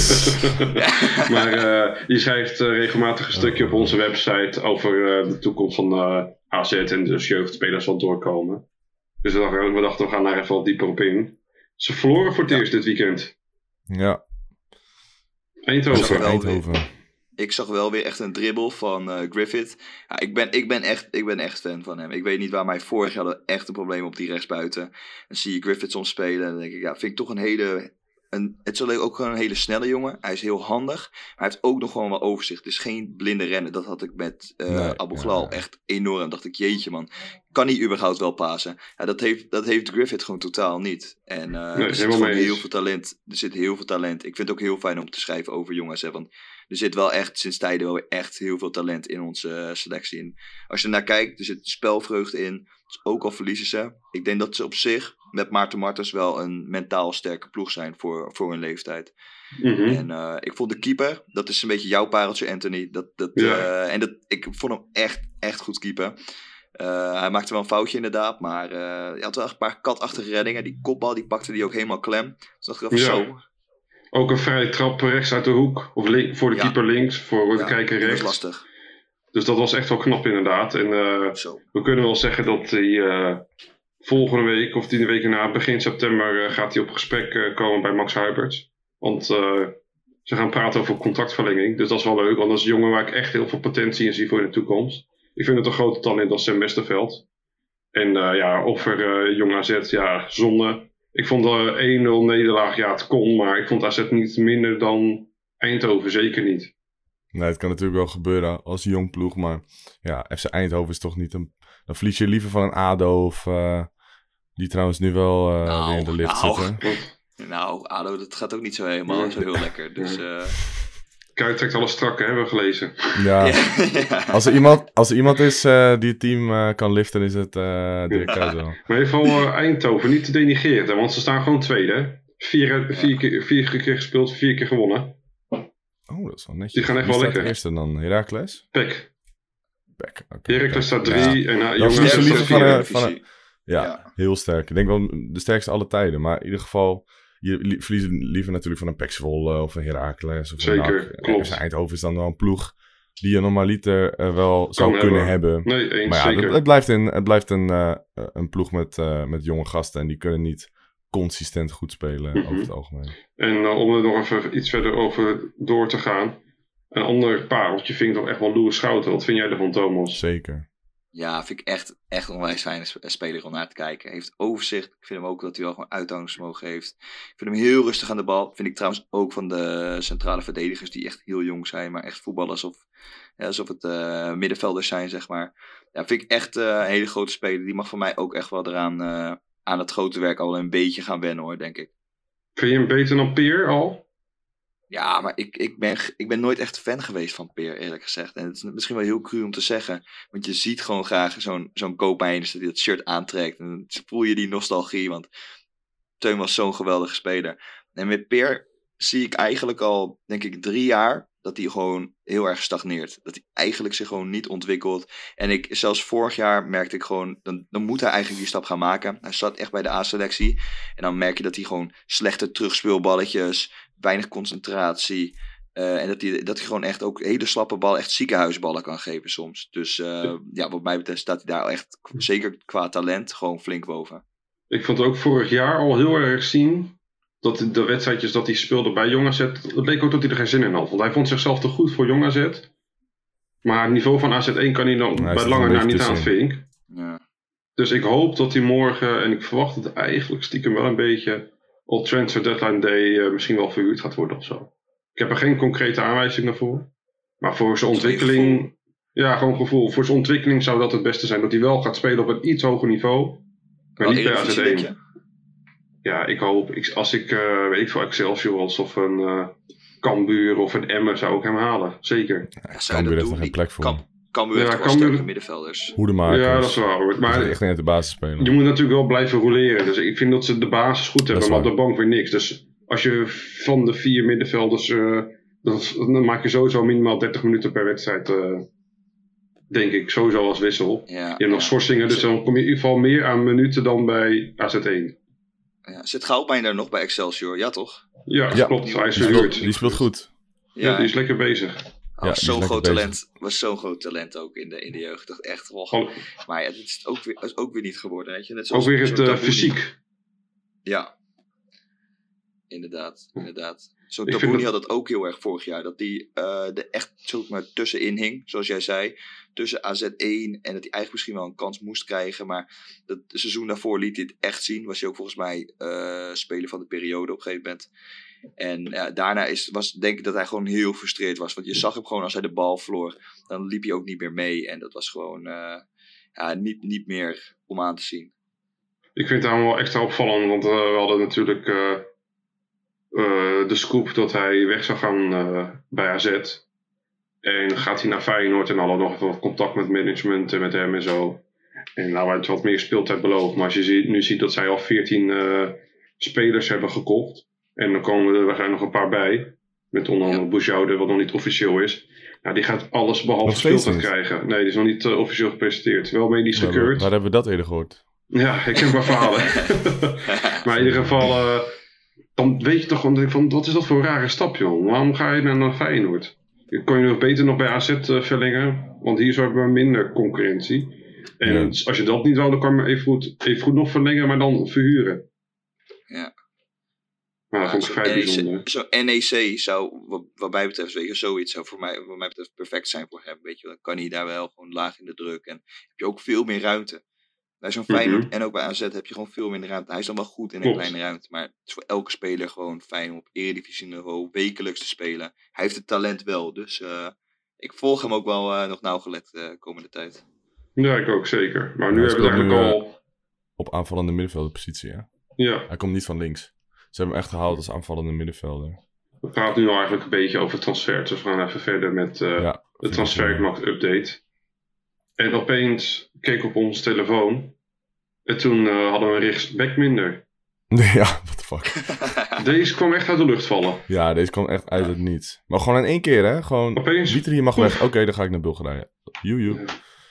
Maar uh, je schrijft uh, regelmatig een stukje op onze website over uh, de toekomst van uh, A Z en dus jeugdspelers wat doorkomen. Dus we dachten, we dachten we gaan daar even wat dieper op in. Ze verloren voor het Ja. eerst dit weekend. Ja, Eindhoven. Zag wel Eindhoven. Ik zag wel weer echt een dribbel van uh, Griffith. Ja, ik, ben, ik, ben echt, ik ben echt fan van hem. Ik weet niet waar mij vorig jaar hadden echt een probleem op die rechtsbuiten. Dan zie je Griffith soms spelen en dan denk ik, ja, vind ik toch een hele... Een, het is alleen ook gewoon een hele snelle jongen. Hij is heel handig. Maar hij heeft ook nog gewoon wel overzicht. Het is geen blinde rennen. Dat had ik met uh, Nee, Abu ja, Ghlal ja. echt enorm. Dacht ik, jeetje man. Kan hij überhaupt wel pasen? Ja, dat, heeft, dat heeft Griffith gewoon totaal niet. En uh, Nee, er zit helemaal gewoon mee heel eens. veel talent. Er zit heel veel talent. Ik vind het ook heel fijn om te schrijven over jongens. Hè, want er zit wel echt sinds tijden wel weer echt heel veel talent in onze uh, selectie. En als je er naar kijkt, er zit spelvreugde in. Dus ook al verliezen ze. Ik denk dat ze op zich met Maarten Martens wel een mentaal sterke ploeg zijn voor, voor hun leeftijd. Mhm. En uh, ik vond de keeper, dat is een beetje jouw pareltje, Anthony. Dat, dat, Ja. uh, en dat, ik vond hem echt, echt goed keeper. Uh, hij maakte wel een foutje inderdaad, maar uh, hij had wel echt een paar katachtige reddingen. Die kopbal, die pakte hij ook helemaal klem. Dus dacht ik even Ja. zo. Ook een vrije trap rechts uit de hoek. Of link, voor de Ja. keeper links, voor de Ja, kijker dat was rechts. lastig. Dus dat was echt wel knap inderdaad. En uh, Zo. we kunnen wel zeggen dat hij uh, volgende week of tien weken na, begin september, uh, gaat hij op gesprek uh, komen bij Max Huiberts. Want uh, ze gaan praten over contractverlenging. Dus dat is wel leuk, want dat is een jongen waar ik echt heel veel potentie in zie voor in de toekomst. Ik vind het een grote talent als Sam Westerveld. En uh, ja, over uh, Jong A Z, ja, zonde. Ik vond de één nul nederlaag, ja, het kon, maar ik vond A Z niet minder dan Eindhoven, zeker niet. Nee, het kan natuurlijk wel gebeuren als jong ploeg, maar ja, F C Eindhoven is toch niet een... Dan verlies je liever van een A D O of... Uh, die trouwens nu wel uh, Nou, weer in de lift nou. zitten. Want Nou, Ado, dat gaat ook niet zo helemaal zo heel lekker. Dus, uh... Kuit trekt alle strakke, hebben we gelezen. Ja, ja. als er iemand, als er iemand is uh, die het team uh, kan liften, is het uh, Dirk Kuyt wel. Maar even al uh, Eindhoven, niet te denigreren, hè, want ze staan gewoon tweede. Vier, vier, Ja. keer, vier keer gespeeld, vier keer gewonnen. Oh, dat is wel netjes. Die gaan echt Wie wel staat lekker. eerste dan? Heracles? Pek. Beck. Okay, Heracles staat Ja. drie en uh, Dan Jong verliezen A Z we liever staat van, vier. uh, van een- Ja, Ja. heel sterk. Ik denk wel de sterkste alle tijden. Maar in ieder geval, je li- verliest liever natuurlijk van een Pek Zwolle of een Heracles. Of Zeker, een N A C. klopt. F C Eindhoven is dan wel een ploeg die je normaliter uh, wel zou kunnen hebben. Nee, eens, Maar ja, zeker. het, het blijft een, het blijft een, uh, een ploeg met, uh, met jonge gasten. En die kunnen niet consistent goed spelen Mhm. over het algemeen. En uh, om er nog even iets verder over door te gaan. Een ander pareltje vind ik toch echt wel Louis Schouten. Wat vind jij ervan, Thomas? Zeker. Ja, vind ik echt, echt een onwijs fijne sp- speler om naar te kijken. Hij heeft overzicht. Ik vind hem ook dat hij wel gewoon uithoudingsvermogen heeft. Ik vind hem heel rustig aan de bal. Vind ik trouwens ook van de centrale verdedigers die echt heel jong zijn. Maar echt voetballen alsof, ja, alsof het uh, middenvelders zijn, zeg maar. Ja, vind ik echt uh, een hele grote speler. Die mag voor mij ook echt wel eraan uh, aan het grote werk al een beetje gaan wennen, hoor, denk ik. Vind je hem beter dan Peer al? Ja, maar ik, ik, ben, ik ben nooit echt fan geweest van Peer, eerlijk gezegd. En het is misschien wel heel cru om te zeggen. Want je ziet gewoon graag zo'n zo'n Koopmeiners dat hij dat shirt aantrekt. En dan voel je die nostalgie, want Teun was zo'n geweldige speler. En met Peer zie ik eigenlijk al, denk ik, drie jaar... dat hij gewoon heel erg stagneert. Dat hij eigenlijk zich gewoon niet ontwikkelt. En ik, zelfs vorig jaar merkte ik gewoon, dan, dan moet hij eigenlijk die stap gaan maken. Hij zat echt bij de A-selectie. En dan merk je dat hij gewoon slechte terugspeelballetjes, weinig concentratie. Uh, en dat hij, dat hij gewoon echt ook hele slappe ballen, echt ziekenhuisballen kan geven soms. Dus uh, ja, wat mij betreft staat hij daar echt, zeker qua talent, gewoon flink boven. Ik vond ook vorig jaar al heel erg zien dat de wedstrijdjes dat hij speelde bij Jong A Z, het leek ook dat hij er geen zin in had. Want hij vond zichzelf te goed voor Jong A Z. Maar het niveau van A Z één kan hij dan hij bij lange na niet aan, vind ik. Ja. Dus ik hoop dat hij morgen, en ik verwacht het eigenlijk stiekem wel een beetje, op transfer deadline day uh, misschien wel verhuurd gaat worden of zo. Ik heb er geen concrete aanwijzing naar voor. Maar voor zijn ontwikkeling, ja, gewoon gevoel. Voor zijn ontwikkeling zou dat het beste zijn. Dat hij wel gaat spelen op een iets hoger niveau. Maar niet bij A Z één. Ja, ik hoop, ik, als ik, uh, weet ik veel, Excelsior was of een uh, Cambuur of een Emmen, zou ik hem halen. Zeker. Ja, Cambuur heeft er geen plek voor. Kam, Cambuur heeft ja, wel sterke middenvelders. Hoedemakers. Ja, dat is waar. Maar echt niet uit de basis spelen. Je moet natuurlijk wel blijven roleren. Dus ik vind dat ze de basis goed hebben, maar op de bank weer niks. Dus als je van de vier middenvelders, uh, dan, dan maak je sowieso minimaal dertig minuten per wedstrijd, uh, denk ik, sowieso als wissel. Ja, je hebt ja. nog schorsingen, dus dan kom je in ieder geval meer aan minuten dan bij A Z één. Ja, zit Goudpijn daar nog bij Excelsior? Ja, toch? Ja, ja. klopt. Hij is die, verhuurd. speelt, die speelt goed. Ja, ja, die is lekker bezig. Oh, ja, zo'n groot bezig. talent. Was zo'n groot talent ook in de, in de jeugd. Ik dacht echt, wow. Gewoon, Maar ja, dit is ook weer, is ook weer niet geworden. Weet je? Net ook zoals weer het uh, Tabouni. fysiek. Ja. Inderdaad, inderdaad. Zo'n Ik vind Tabouni dat- had dat ook heel erg vorig jaar. Dat die uh, er echt zeg maar, tussenin hing, zoals jij zei. Tussen A Z één en dat hij eigenlijk misschien wel een kans moest krijgen. Maar dat seizoen daarvoor liet hij het echt zien. Was hij ook volgens mij uh, speler van de periode op een gegeven moment. En ja, daarna is, was denk ik dat hij gewoon heel frustreerd was. Want je zag hem gewoon als hij de bal verloor. Dan liep hij ook niet meer mee. En dat was gewoon uh, ja, niet, niet meer om aan te zien. Ik vind het allemaal wel extra opvallend, want uh, we hadden natuurlijk uh, uh, de scoop dat hij weg zou gaan uh, bij A Z. En gaat hij naar Feyenoord en hadden we nog even wat contact met management en met hem en zo. En nou werd wat meer speeltijd beloofd. Maar als je ziet, nu ziet dat zij al veertien uh, spelers hebben gekocht. En dan komen er waarschijnlijk nog een paar bij. Met onder andere Ja. Boujoude, wat nog niet officieel is. Nou, die gaat alles behalve Nog steeds speeltijd niet? krijgen. Nee, die is nog niet uh, officieel gepresenteerd. Wel medisch Waar, gekeurd. waar hebben we dat eerder gehoord? Ja, ik heb maar verhalen. Maar in ieder geval, uh, dan weet je toch gewoon van, wat is dat voor een rare stap, joh? Waarom ga je naar, naar Feyenoord? Kon je nog beter nog bij A Z uh, verlengen? Want hier hebben we minder concurrentie. En Ja. als je dat niet wou, dan kan je hem even goed, even goed nog verlengen, maar dan verhuren. Ja. Maar dat vond ik vrij bijzonder. Zo'n N E C zou, wat, wat mij betreft, weet je, zoiets zou voor mij, wat mij betreft perfect zijn voor hem. Weet je, dan kan hij daar wel gewoon laag in de druk. En heb je ook veel meer ruimte. Bij zo'n Feyenoord Mhm. en ook bij A Z heb je gewoon veel minder ruimte. Hij is dan wel goed in een Klopt. kleine ruimte. Maar het is voor elke speler gewoon fijn om op eredivisie niveau wekelijks te spelen. Hij heeft het talent wel. Dus uh, ik volg hem ook wel uh, nog nauwgelet de uh, komende tijd. Ja, ik ook zeker. Maar nu Hij hebben we het speelt eigenlijk nu, al... Op aanvallende middenvelderpositie, ja. Ja, Hij komt niet van links. Ze hebben hem echt gehaald als aanvallende middenvelder. we praten nu al eigenlijk een beetje over transfer. Dus we gaan even verder met uh, Ja, de vind ik transfermarkt update. En opeens keek ik op onze telefoon. En toen uh, hadden we een rechtsback minder. ja, what the fuck. Deze kwam echt uit de lucht vallen. Ja, deze kwam echt uit het niets. Maar gewoon in één keer, hè? Gewoon, Opeens. Wieter hier mag weg. Oké, okay, dan ga ik naar Bulgarije. Joejoe.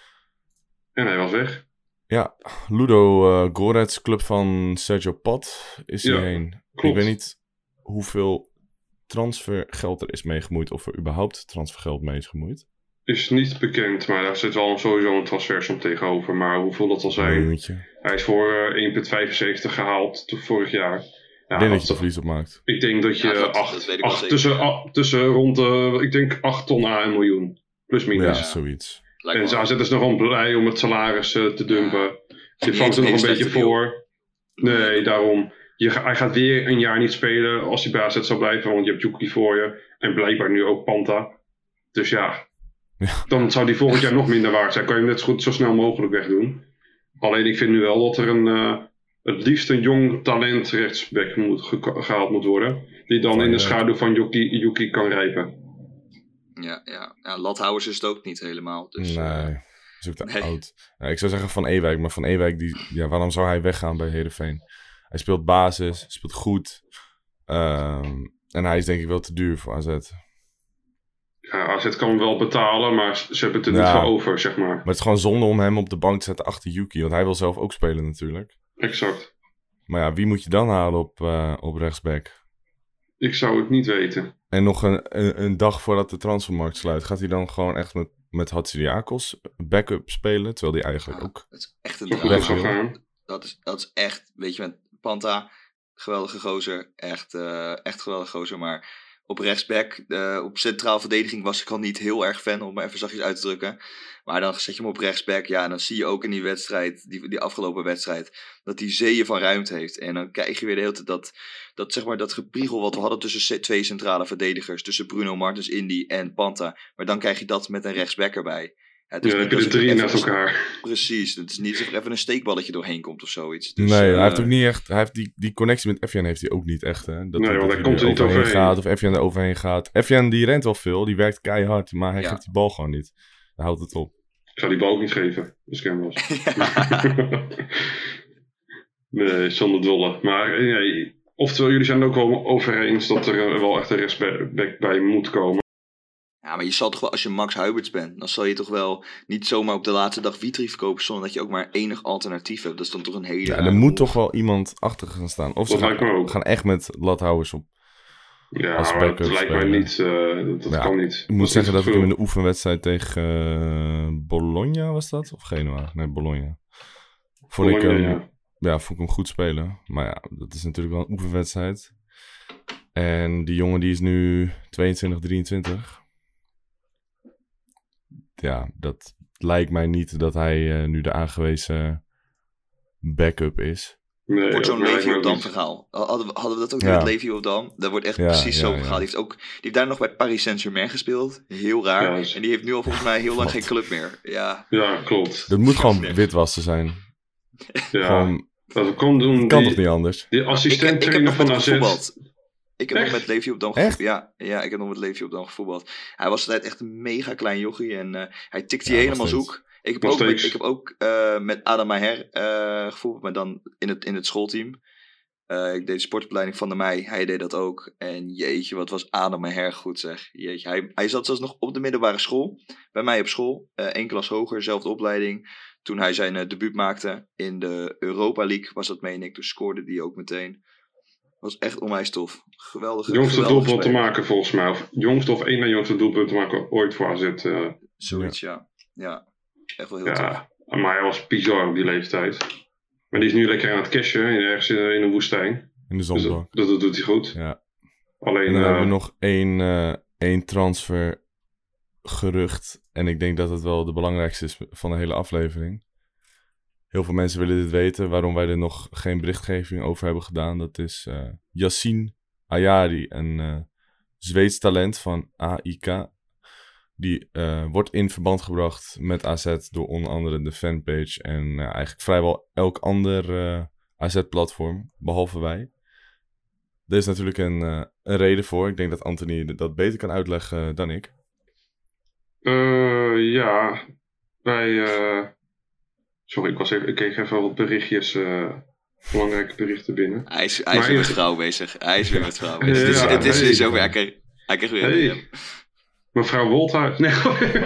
En hij was weg. Ja, Ludo uh, Gorets, club van Sergio Pat, is Ja, hierheen. klopt. Ik weet niet hoeveel transfergeld er is mee gemoeid, of er überhaupt transfergeld mee is gemoeid. Is niet bekend, maar daar zit wel sowieso een transfersom tegenover. Maar hoeveel dat zal zijn? Miljoentje. Hij is voor uh, één komma vijfenzeventig gehaald to- vorig jaar. Ja, Ik denk dat dat- je er verlies op maakt. ik denk dat je Ja, dat- acht, dat weet ik wel acht- zeker. tussen, a- tussen rond uh, ik denk acht ton à een miljoen. Plus Ja, minus. zoiets. Lijkt En me ze wel. A Z is nog wel blij om het salaris uh, te dumpen. Ja. Je Niet vangt er nog eens een een beetje slechte voor. Nee, daarom. Je, ga- hij gaat weer een jaar niet spelen als hij bij A Z zou blijven. Want je hebt Juki voor je. En blijkbaar nu ook Panta. Dus ja. Ja. Dan zou die volgend jaar nog minder waard zijn. Kan je hem net zo goed zo snel mogelijk wegdoen. Alleen ik vind nu wel dat er een... Uh, het liefst een jong talent rechtsback moet ge- gehaald moet worden. Die dan in de schaduw van Yuki, Yuki kan rijpen. Ja, ja. ja, Lathouwers is het ook niet helemaal. Dus, nee, uh, is ook te nee. oud. Ja, ik zou zeggen Van Ewijk, maar Van Ewijk, die, ja, waarom zou hij weggaan bij Heerenveen? Hij speelt basis, speelt goed. Um, en hij is denk ik wel te duur voor A Z. Ja, A Z kan hem wel betalen, maar ze hebben het er Ja. niet voor over, zeg maar. Maar het is gewoon zonde om hem op de bank te zetten achter Yuki. Want hij wil zelf ook spelen natuurlijk. Exact. Maar ja, wie moet je dan halen op, uh, op rechtsback? Ik zou het niet weten. En nog een, een, een dag voordat de transfermarkt sluit, gaat hij dan gewoon echt met, met Hatziriakos backup spelen? Terwijl hij eigenlijk Ja, ook... dat is echt een Goed drama. zou gaan. Dat is, dat is echt, weet je, met Panta, geweldige gozer. Echt, uh, echt geweldige gozer. Maar op rechtsback, uh, op centraal verdediging was ik al niet heel erg fan, om maar even zachtjes uit te drukken. Maar dan zet je hem op rechtsback, ja, en dan zie je ook in die wedstrijd, die, die afgelopen wedstrijd, dat hij zeeën van ruimte heeft. En dan krijg je weer de hele tijd dat, dat, zeg maar, dat gepriegel wat we hadden tussen twee centrale verdedigers, tussen Bruno Martens, Indy en Panta. Maar dan krijg je dat met een rechtsback erbij. Ja, het is Ja, dan niet heb je de alsof er drie even naast een- elkaar. Precies, het is niet alsof er even een steekballetje doorheen komt of zoiets. Dus, nee, uh, hij heeft ook niet echt... Hij heeft die, die connectie met Efjan heeft hij ook niet echt, hè? Dat, Nee, dat want hij hij komt er niet overheen. gaat of Efjan er overheen gaat. Efjan die rent wel veel, die werkt keihard, maar hij Ja. geeft die bal gewoon niet. Hij houdt het op. Ik zou die bal ook niet geven, als ik hem was. Nee, zonder dolle. Maar nee, oftewel, jullie zijn er ook wel over eens dat er uh, wel echt een rechtsback bij moet komen. Ja, maar je zal toch wel, als je Max Huiberts bent, dan zal je toch wel niet zomaar op de laatste dag Vitry verkopen zonder dat je ook maar enig alternatief hebt. Dat is dan toch een hele Ja, rare er moet move. toch wel iemand achter gaan staan. Of ze Dat gaan, lijkt me ook. gaan echt met lathouwers op. Ja, Als maar backup dat lijkt mij spelen. niet. uh, dat dat Ja, kan niet. Ik moet Dat is zeggen niet dat ik hem in veel. de oefenwedstrijd tegen uh, Bologna was dat? Of Genoa? Nee, Bologna. Vond ik Bologna, hem, ja. ja, vond ik hem goed spelen. Maar ja, dat is natuurlijk wel een oefenwedstrijd. En die jongen die is nu tweeëntwintig, drieëntwintig. Ja, dat lijkt mij niet dat hij uh, nu de aangewezen backup is. Nee, Wordt zo'n dat lijkt Levi me op ook Dam niet. verhaal. Hadden we, hadden we dat ook Ja. met Levi op Dam? Dat wordt echt Ja, precies ja, zo'n ja. verhaal. Die heeft, ook, die heeft daar nog bij Paris Saint-Germain gespeeld. Heel raar. Ja, dus- En die heeft nu al volgens mij heel lang Wat? geen club meer. Ja, Ja, klopt. Dat moet gewoon Nee. witwassen zijn. Ja, Gewoon, dat kon doen. dat kan die, toch niet anders? Die ik, ik heb assistent-trainer nog van met A Z. hem gevoetbald. Ik heb Echt? nog met Levi op Dam Echt? gevoetbald. Ja, ja, ik heb nog met Levi op Dam gevoetbald. Hij was altijd echt een mega klein jochie. En uh, hij tikte je Ja, nog helemaal steeds. zoek. Ik heb Nog ook, met, steeds. ik heb ook uh, met Adam Maher uh, gevoetbald. Maar dan in het, in het schoolteam. Uh, ik deed de sportopleiding van de Meij. Hij deed dat ook. En jeetje, wat was Adam Maher goed zeg. Jeetje, hij, hij zat zelfs nog op de middelbare school. Bij mij op school. Eén uh, klas hoger, zelfde opleiding. Toen hij zijn uh, debuut maakte in de Europa League. Was dat, meen ik. Toen scoorde hij ook meteen. Was echt onwijs tof. Geweldige, Jongste geweldige doelpunt te speler. maken volgens mij. Of jongste of één na jongste doelpunt te maken ooit voor A Z. Uh, Zoiets, ja. Ja, echt wel heel tof. ja, maar hij was bizar op die leeftijd. Maar die is nu lekker aan het cashen in, ergens in, in een woestijn. In de Dus zonblok. dat, dat doet hij goed. Ja. Alleen, En dan uh, hebben we nog één, uh, één transfer gerucht. En ik denk dat het wel de belangrijkste is van de hele aflevering. Heel veel mensen willen dit weten. Waarom wij er nog geen berichtgeving over hebben gedaan. Dat is uh, Yassine Ayari. Een uh, Zweeds talent van A I K. Die uh, wordt in verband gebracht met A Z door onder andere de fanpage. En uh, eigenlijk vrijwel elk ander uh, A Z-platform. Behalve wij. Er is natuurlijk een, uh, een reden voor. Ik denk dat Anthony dat beter kan uitleggen dan ik. Uh, ja, wij... Uh... Sorry, ik, was even, ik kreeg even wat berichtjes, uh, belangrijke berichten binnen. Hij is, hij is Maar weer met eerst- vrouw bezig. Hij is weer met vrouw Ja, bezig. het is, ja, het is nee. weer zover. Hij kreeg, hij kreeg weer Hey. een D M. Mevrouw Wolthuis. Nee.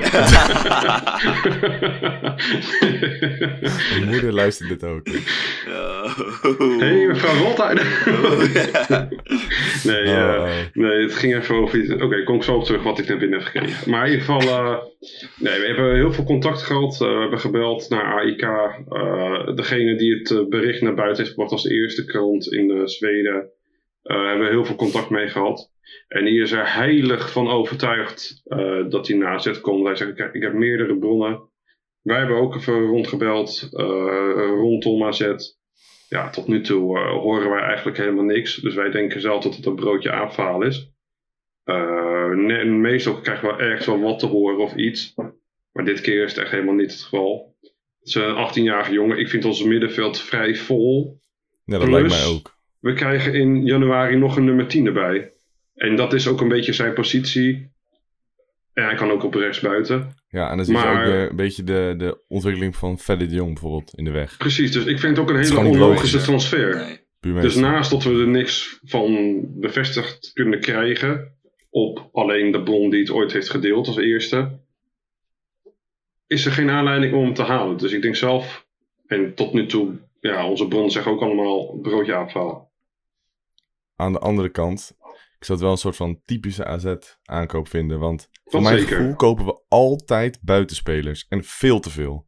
Mijn moeder luistert dit ook. Oh. Hey, mevrouw Wolthuis. Nee, Oh, uh, oh. nee, het ging even over iets. Oké, okay, kom ik zo op terug wat ik naar binnen heb gekregen. Maar in ieder geval, uh, nee, we hebben heel veel contact gehad. Uh, we hebben gebeld naar A I K. Uh, degene die het uh, bericht naar buiten heeft gebracht als de eerste krant in uh, Zweden. Uh, hebben we heel veel contact mee gehad. En die is er heilig van overtuigd uh, dat hij naar A Z komt. Hij zegt, kijk, ik heb meerdere bronnen. Wij hebben ook even rondgebeld uh, rondom A Z. Ja, tot nu toe uh, horen wij eigenlijk helemaal niks. Dus wij denken zelf dat het een broodje aapverhaal is. Uh, ne- meestal krijgen we ergens wel wat te horen of iets. Maar dit keer is het echt helemaal niet het geval. Het is een achttienjarige jongen. Ik vind ons middenveld vrij vol. Ja, dat Plus, lijkt mij ook. We krijgen in januari nog een nummer tien erbij. En dat is ook een beetje zijn positie. En hij kan ook op rechts buiten. Ja, en dan zie je maar- ook weer een beetje de, de ontwikkeling van Freddy de Jong bijvoorbeeld in de weg. Precies, dus ik vind het ook een is hele gewoon niet onlogische logisch, hè? transfer. Nee. Puur Dus mensen. naast dat we er niks van bevestigd kunnen krijgen, op alleen de bron die het ooit heeft gedeeld als eerste, is er geen aanleiding om hem te halen. Dus ik denk zelf, en tot nu toe, ja, onze bronnen zeggen ook allemaal broodje aapverhaal. Aan de andere kant, ik zou het wel een soort van typische A Z-aankoop vinden. Want voor Dat mijn zeker. gevoel kopen we altijd buitenspelers. En veel te veel.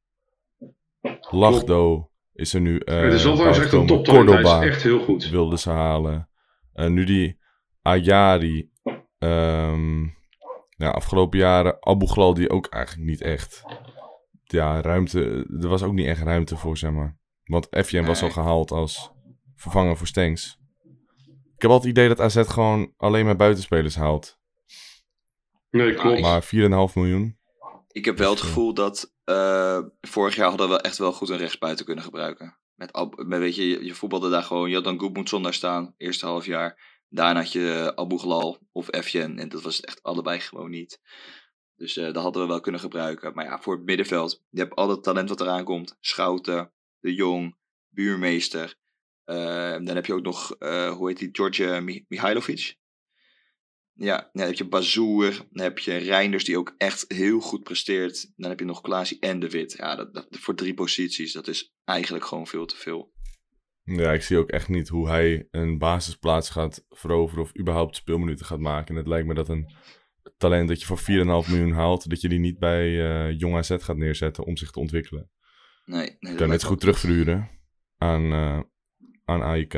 Lachdo is er nu. Uh, Het is altijd echt een uitgekomen. toptalent. Hij Cordoba is echt heel goed. wilden ze halen. Uh, nu die Ayari. Um, ja, afgelopen jaren Abu Ghlal die ook eigenlijk niet echt. Ja, ruimte. Er was ook niet echt ruimte voor, zeg maar. Want F J M was al gehaald als vervanger voor Stenks. Ik heb altijd het idee dat A Z gewoon alleen maar buitenspelers haalt. Nee, klopt. Maar vier komma vijf miljoen. Ik heb wel het gevoel dat uh, vorig jaar hadden we echt wel goed een rechtsbuiten kunnen gebruiken. Met, Ab- met weet je, je, je voetbalde daar gewoon. Je had dan Gudmundsson daar staan, eerste half jaar. Daarna had je Abu Ghlal of F J N en dat was het echt allebei gewoon niet. Dus uh, dat hadden we wel kunnen gebruiken. Maar ja, voor het middenveld, je hebt al het talent wat eraan komt. Schouten, De Jong, Buurmeester. Uh, dan heb je ook nog, uh, hoe heet die, George Mi- Mihailovic. Ja, dan heb je Bazoer, dan heb je Reinders die ook echt heel goed presteert. Dan heb je nog Klaasie en De Wit. Ja, dat, dat, voor drie posities, dat is eigenlijk gewoon veel te veel. Ja, ik zie ook echt niet hoe hij een basisplaats gaat veroveren of überhaupt speelminuten gaat maken. En het lijkt me dat een talent dat je voor vier komma vijf miljoen haalt, dat je die niet bij uh, Jong A Z gaat neerzetten om zich te ontwikkelen. Nee, nee, Je kan net zo goed terugverhuren aan, uh, aan A I K.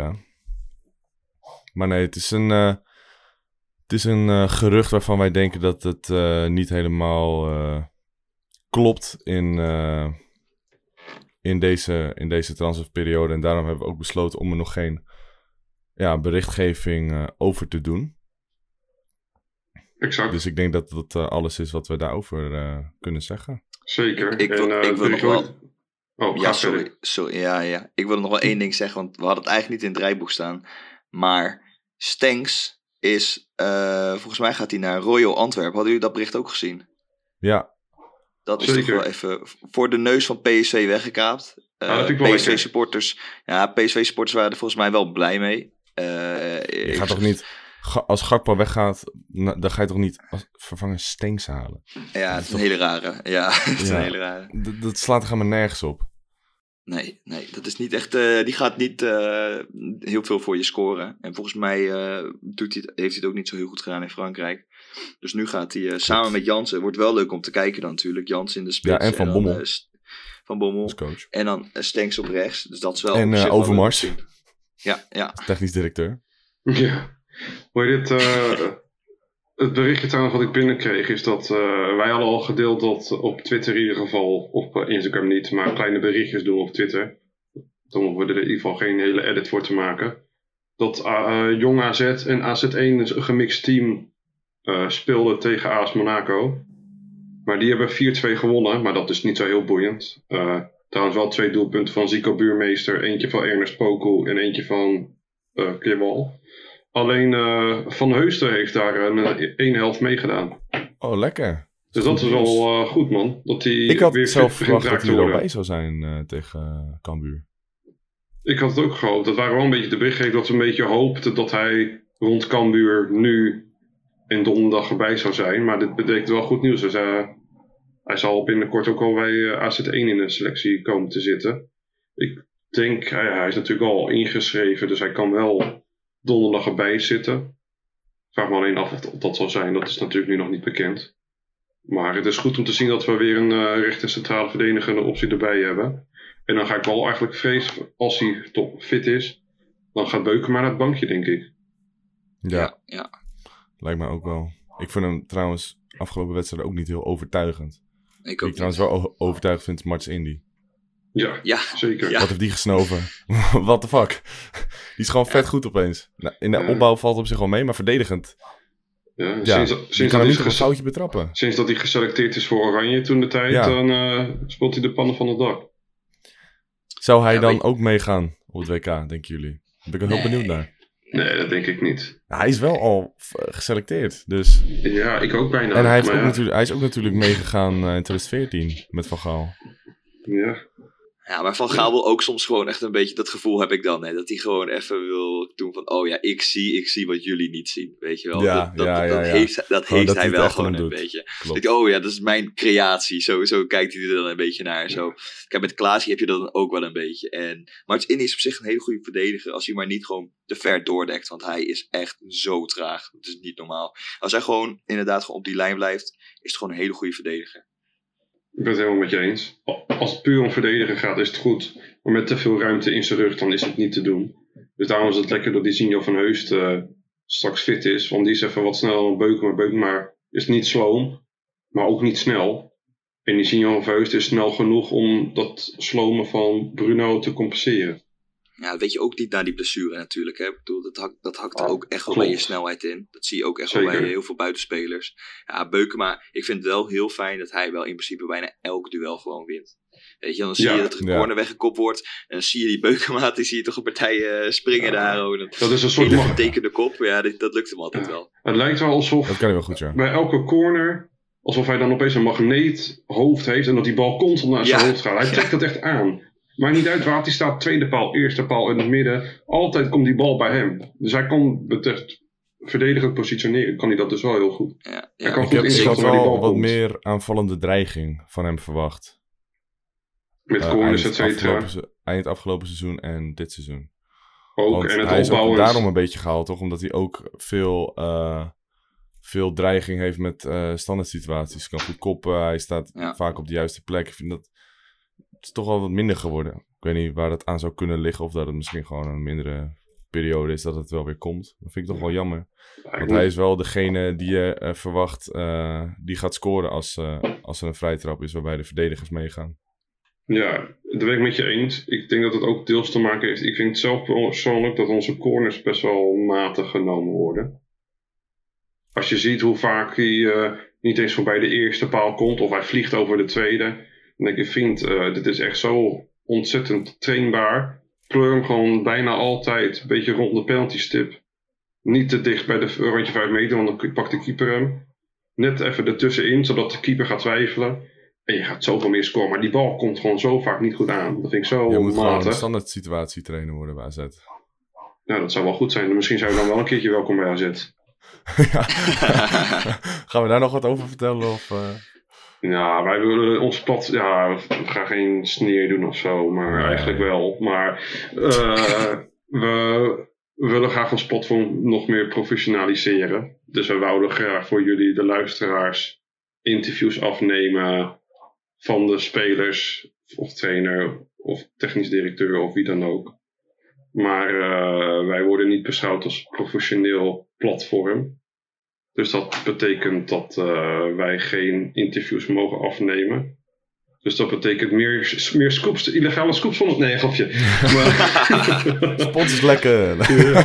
Maar nee, het is een, uh, het is een uh, gerucht waarvan wij denken dat het uh, niet helemaal uh, klopt in, uh, in, deze, in deze transferperiode. En daarom hebben we ook besloten om er nog geen ja, berichtgeving uh, over te doen. Exact. Dus ik denk dat dat uh, alles is wat we daarover uh, kunnen zeggen. Zeker. Ik wil, en, uh, ik wil nog wel... Oh, ja, sorry, sorry. Ja, ja. Ik wil nog wel één ding zeggen, want we hadden het eigenlijk niet in het draaiboek staan. Maar Stenks is, uh, volgens mij gaat hij naar Royal Antwerp. Hadden jullie dat bericht ook gezien? Ja. Dat is Zeker. toch wel even voor de neus van P S V weggekaapt. Uh, Ah, dat vind ik wel P S V lekker. supporters, ja, P S V supporters waren er volgens mij wel blij mee. Uh, Je gaat toch niet, ga- als Gakpo weggaat, na- dan ga je toch niet als vervanger Stenks halen? Ja, het is een hele rare. Ja, het is Ja. een hele rare. D- dat slaat er helemaal nergens op. Nee, nee, dat is niet echt. Uh, die gaat niet uh, heel veel voor je scoren. En volgens mij uh, doet hij het, heeft hij het ook niet zo heel goed gedaan in Frankrijk. Dus nu gaat hij uh, samen met Jansen. Wordt wel leuk om te kijken dan natuurlijk. Jansen in de spits. Ja, en Van dan, Bommel. uh, St- van Bommel. Als coach. En dan uh, Stenks op rechts. Dus dat is wel. En op uh, zich wel Overmars, leuk om te zien. Ja, ja. technisch directeur. Ja. Hoe je dit... Uh, het berichtje trouwens wat ik binnenkreeg is dat uh, wij hadden al gedeeld dat op Twitter in ieder geval, op uh, Instagram niet, maar kleine berichtjes doen op Twitter. Dan hoeven we er in ieder geval geen hele edit voor te maken. Dat uh, Jong A Z en A Z één een gemixt team uh, speelden tegen A S Monaco. Maar die hebben vier twee gewonnen, maar dat is niet zo heel boeiend. Uh, trouwens wel twee doelpunten van Zico Buurmeester, eentje van Ernest Poku en eentje van uh, Keerbal. Alleen uh, Van Heusden heeft daar een uh, één helft meegedaan. Oh, lekker. Dus dat is wel uh, goed, man. Dat hij Ik had weer zelf fit verwacht begint dat hij te er wel worden. bij zou zijn uh, tegen uh, Cambuur. Ik had het ook gehoopt. Dat waren wel een beetje de berichtgeving dat we een beetje hoopten dat hij rond Cambuur nu en donderdag erbij zou zijn. Maar dit betekent wel goed nieuws. Dus uh, hij zal binnenkort ook al bij uh, A Z één in de selectie komen te zitten. Ik denk, uh, hij is natuurlijk al ingeschreven, dus hij kan wel donderdag erbij zitten. Ik vraag me alleen af of dat, of dat zal zijn. Dat is natuurlijk nu nog niet bekend. Maar het is goed om te zien dat we weer een uh, rechter centrale verdedigende optie erbij hebben. En dan ga ik wel eigenlijk vrezen, als hij top fit is, dan gaat Beuken maar naar het bankje, denk ik. Ja, Ja, ja. lijkt mij ook wel. Ik vind hem trouwens afgelopen wedstrijd ook niet heel overtuigend. Ik Wie ook ik trouwens niet. wel o- overtuigd vind is Martins Indy. Ja, Ja, zeker. Ja. Wat heeft die gesnoven? What the fuck? Die is gewoon vet goed opeens. Nou, in de Ja. opbouw valt het op zich wel mee, maar verdedigend. Ja, Ja, sinds, je sinds, kan dat hem hij niet op een ges- foutje betrappen. sinds dat hij geselecteerd is voor Oranje toen de tijd, Ja. dan uh, speelt hij de pannen van het dak. Zou hij Ja, dan weet- ook meegaan op het W K, denken jullie? Daar ben ik wel heel Nee. benieuwd naar. Nee, dat denk ik niet. Nou, hij is wel al f- geselecteerd, dus... Ja, ik ook bijna. En hij, heeft maar ook ja. natuurlijk, hij is ook natuurlijk meegegaan uh, in twintig veertien met Van Gaal. Ja. Ja, maar Van Gaal wil ook soms gewoon echt een beetje, dat gevoel heb ik dan, hè, dat hij gewoon even wil doen van, oh ja, ik zie, ik zie wat jullie niet zien, weet je wel. Ja, dat dat, ja, dat, ja, dat ja. heeft, dat Gewoon heeft dat hij hij wel het echt gewoon om een doet. beetje. Klopt. Ik, oh ja, dat is mijn creatie, zo, zo kijkt hij er dan een beetje naar. Zo. Kijk, met Klaasie heb je dat dan ook wel een beetje. En Martins is op zich een hele goede verdediger, als hij maar niet gewoon te ver doordekt, want hij is echt zo traag. Het is niet normaal. Als hij gewoon inderdaad gewoon op die lijn blijft, is het gewoon een hele goede verdediger. Ik ben het helemaal met je eens. Als het puur om verdedigen gaat, is het goed. Maar met te veel ruimte in zijn rug, dan is het niet te doen. Dus daarom is het lekker dat die Zinho van Heust uh, straks fit is. Want die is even wat sneller dan Beukema. Beukema is niet sloom, maar ook niet snel. En die Zinho van Heust is snel genoeg om dat slomen van Bruno te compenseren. Ja, dat weet je ook niet na die blessure natuurlijk. Hè? Ik bedoel, dat hakt, dat hakt er Oh, ook echt wel klopt. bij je snelheid in. Dat zie je ook echt Zeker. wel bij heel veel buitenspelers. Ja, Beukema, ik vind het wel heel fijn dat hij wel in principe bijna elk duel gewoon wint. Weet je, dan zie Ja. je dat er een Ja. corner weggekopt wordt. En dan zie je die Beukema, die zie je toch een partij uh, springen daar. Oh, dat Dat is een soort hele mag- getekende kop. Ja, dat, dat lukt hem altijd wel. Het lijkt wel alsof Dat kan hij wel goed, ja. bij elke corner, alsof hij dan opeens een magneethoofd heeft en dat die bal constant naar zijn Ja. hoofd gaat. Hij trekt dat echt aan. Maar niet uit waar hij staat, tweede paal, eerste paal in het midden. Altijd komt die bal bij hem. Dus hij kan betreft verdedigend positioneren, kan hij dat dus wel heel goed. Ja, Hij ja. kan Ik goed heb ik inschatten had waar die wel bal wat komt. meer aanvallende dreiging van hem verwacht. Met Uh, corners, et eind, cetera. afgelopen, se- eind afgelopen seizoen en dit seizoen. Ook. Want En het hij is ook opbouwen. daarom een beetje gehaald, toch? Omdat hij ook veel, uh, veel dreiging heeft met uh, standaard situaties. Kan goed koppen, hij staat Ja. vaak op de juiste plek. Ik vind dat het is toch wel wat minder geworden. Ik weet niet waar dat aan zou kunnen liggen. Of dat het misschien gewoon een mindere periode is dat het wel weer komt. Dat vind ik toch wel jammer. Want hij is wel degene die je uh, verwacht uh, die gaat scoren als, uh, als er een vrijtrap is waarbij de verdedigers meegaan. Ja, dat ben ik met je eens. Ik denk dat het ook deels te maken heeft. Ik vind zelf persoonlijk dat onze corners best wel matig genomen worden. Als je ziet hoe vaak hij uh, niet eens voorbij de eerste paal komt of hij vliegt over de tweede. Dan denk je, vriend, uh, dit is echt zo ontzettend trainbaar. Pleur hem gewoon bijna altijd een beetje rond de penaltystip. Niet te dicht bij de randje vijf meter, want dan pakt de keeper hem. Net even ertussenin, zodat de keeper gaat twijfelen. En je gaat zoveel meer scoren. Maar die bal komt gewoon zo vaak niet goed aan. Dat vind ik zo Je moet gewoon een matig. standaard situatie trainer worden bij A Z. Nou, dat zou wel goed zijn. Misschien zou je dan wel een keertje welkom bij A Z. Ja. Gaan we daar nog wat over vertellen? Of, uh... Ja, wij willen ons plat... Ja, we gaan geen sneer doen of zo. Maar Nee. eigenlijk wel. Maar uh, we... We willen graag ons platform nog meer professionaliseren. Dus we wouden graag voor jullie, de luisteraars, interviews afnemen van de spelers of trainer of technisch directeur of wie dan ook. Maar uh, wij worden niet beschouwd als professioneel platform. Dus dat betekent dat uh, wij geen interviews mogen afnemen. Dus dat betekent meer, meer scoops, illegale scoops van het nee, grapje. Maar... Spons is lekker.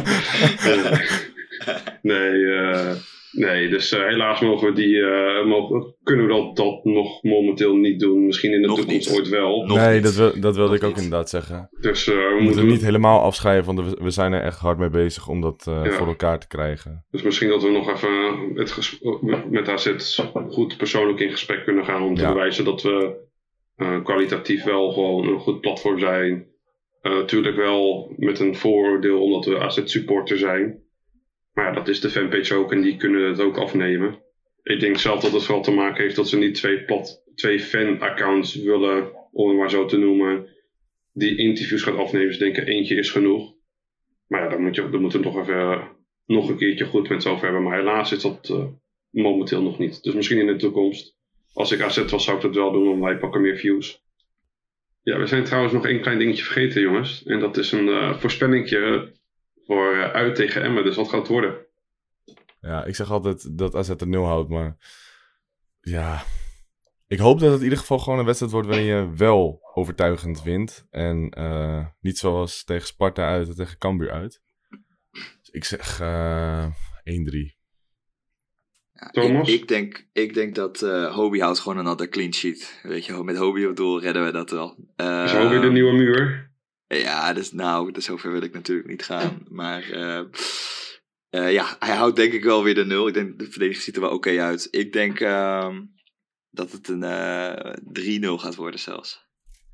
nee, uh, nee, dus uh, helaas mogen we die, uh, mogen, kunnen we dat, dat nog momenteel niet doen. Misschien in de Nog toekomst niet. ooit wel. Nog nee, niet. dat, wil, dat wilde Nog ik ook niet. inderdaad zeggen. Dus uh, we, We moeten moeten niet helemaal afschrijven, want we, we zijn er echt hard mee bezig om dat uh, Ja. voor elkaar te krijgen. Dus misschien dat we nog even met, ges- met A Z goed persoonlijk in gesprek kunnen gaan om te Ja. bewijzen dat we uh, kwalitatief wel gewoon een goed platform zijn. Uh, natuurlijk wel met een vooroordeel omdat we A Z supporter zijn. Maar ja, dat is de fanpage ook en die kunnen het ook afnemen. Ik denk zelf dat het vooral te maken heeft dat ze niet twee, plat, twee fan-accounts willen, om het maar zo te noemen, die interviews gaan afnemen. Ze denken eentje is genoeg. Maar ja, dan moet je, dan moeten we nog even nog een keertje goed met z'n over hebben. Maar helaas is dat uh, momenteel nog niet. Dus misschien in de toekomst. Als ik A Z was, zou ik dat wel doen, want wij pakken meer views. Ja, we zijn trouwens nog één klein dingetje vergeten, jongens. En dat is een uh, voorspellingje voor uh, uit tegen Emmen. Dus wat gaat het worden? Ja, ik zeg altijd dat A Z er nul houdt, maar ja, ik hoop dat het in ieder geval gewoon een wedstrijd wordt waarin je wel overtuigend wint. En uh, niet zoals tegen Sparta uit en tegen Cambuur uit. Dus ik zeg uh, één drie. Ja, Thomas? Ik, ik, denk, ik denk dat uh, Hobie houdt gewoon een andere clean sheet. Weet je, met Hobie op doel redden we dat wel. Uh, Is alweer de nieuwe muur? Ja, dus, nou, dus zover wil ik natuurlijk niet gaan. Maar uh, uh, ja, hij houdt denk ik wel weer de nul. Ik denk de verdediging ziet er wel oké okay uit. Ik denk uh, dat het een uh, drie nul gaat worden zelfs.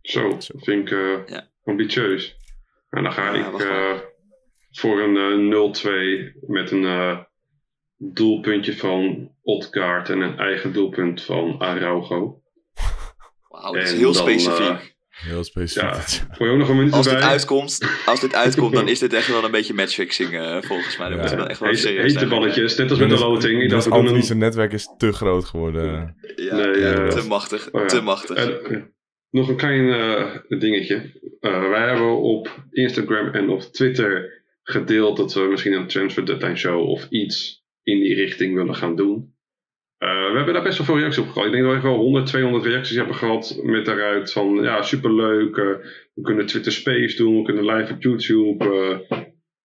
Zo, dat vind ik uh, ja. ambitieus. En dan ga ja, ik uh, voor een uh, nul twee met een uh, doelpuntje van Odgaard en een eigen doelpunt van Araujo. Wauw, dat is heel dan, specifiek. Uh, heel specifiek. Ja, voor je ook nog een minuut als erbij. Dit uitkomt, als dit uitkomt, dan is dit echt wel een beetje matchfixing uh, volgens mij. Dan ja. moet wel echt wel Heet, serieus hete zijn. balletjes, net als met de loting. Ik dacht Anthony zijn netwerk is te groot geworden. Ja, nee, ja, uh, te machtig. Oh, ja. Te machtig. En, uh, nog een klein uh, dingetje. Uh, wij hebben op Instagram en op Twitter gedeeld dat we misschien een transfer deadline show of iets in die richting willen gaan doen. Uh, we hebben daar best wel veel reacties op gehad. Ik denk dat we wel honderd, tweehonderd reacties hebben gehad met daaruit van ja, superleuk. Uh, we kunnen Twitter Space doen, we kunnen live op YouTube. Uh,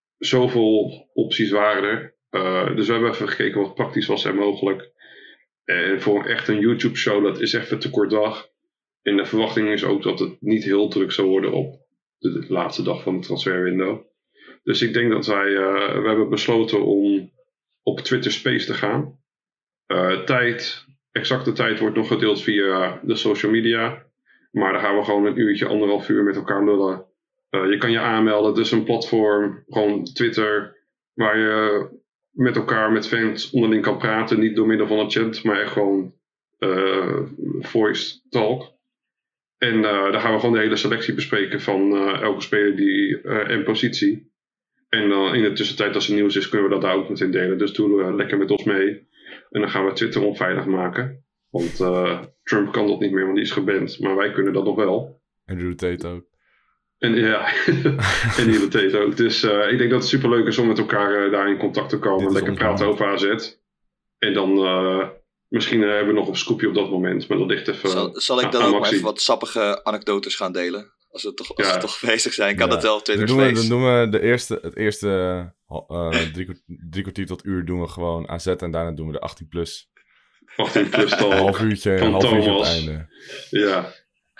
zoveel opties waren er. Uh, dus we hebben even gekeken wat praktisch was en mogelijk. En voor echt een YouTube show, dat is even te kort dag. En de verwachting is ook dat het niet heel druk zou worden op de, de laatste dag van de transferwindow. Dus ik denk dat wij, uh, we hebben besloten om op Twitter Space te gaan. Uh, tijd, exacte tijd wordt nog gedeeld via de social media. Maar dan gaan we gewoon een uurtje, anderhalf uur met elkaar lullen. Uh, je kan je aanmelden, het is een platform, gewoon Twitter, waar je met elkaar, met fans onderling kan praten. Niet door middel van een chat, maar echt gewoon uh, voice talk. En uh, daar gaan we gewoon de hele selectie bespreken van uh, elke speler die, uh, en positie. En dan uh, in de tussentijd als er nieuws is, kunnen we dat daar ook meteen delen. Dus doe uh, lekker met ons mee. En dan gaan we Twitter onveilig maken. Want uh, Trump kan dat niet meer, want die is geband. Maar wij kunnen dat nog wel. En doe het ook. En ja, en die doet het ook. Dus uh, ik denk dat het superleuk is om met elkaar uh, daar in contact te komen. En lekker praten over A Z. En dan uh, misschien uh, hebben we nog een scoopje op dat moment. Maar dat ligt even. Zal, zal ik dan ook maar even wat sappige anekdotes gaan delen? Als we toch, als ja. we toch bezig zijn, kan ja. dat wel op Twitter Space. Dan doen we de eerste, het eerste uh, drie, drie kwartier tot uur doen we gewoon A Z en daarna doen we de achttien plus. achttien plus tal. Een half uurtje, een half uurtje op het einde. Ja.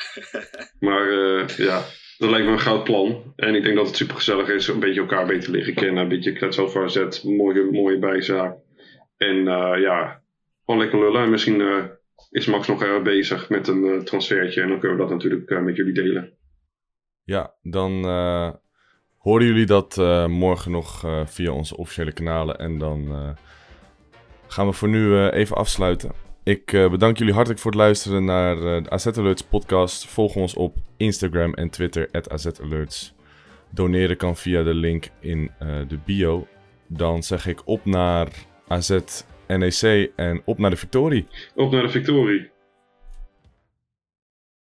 Maar uh, ja, dat lijkt me een goud plan. En ik denk dat het super gezellig is om een beetje elkaar beter leren kennen. Een beetje klets over A Z, mooie, mooie bijzaak. En uh, ja, gewoon lekker lullen. En misschien uh, is Max nog uh, bezig met een uh, transfertje. En dan kunnen we dat natuurlijk uh, met jullie delen. Ja, dan uh, horen jullie dat uh, morgen nog uh, via onze officiële kanalen. En dan uh, gaan we voor nu uh, even afsluiten. Ik uh, bedank jullie hartelijk voor het luisteren naar uh, de A Z Alerts podcast. Volg ons op Instagram en Twitter, at A Z Alerts. Doneren kan via de link in uh, de bio. Dan zeg ik op naar A Z N E C en op naar de victorie. Op naar de victorie.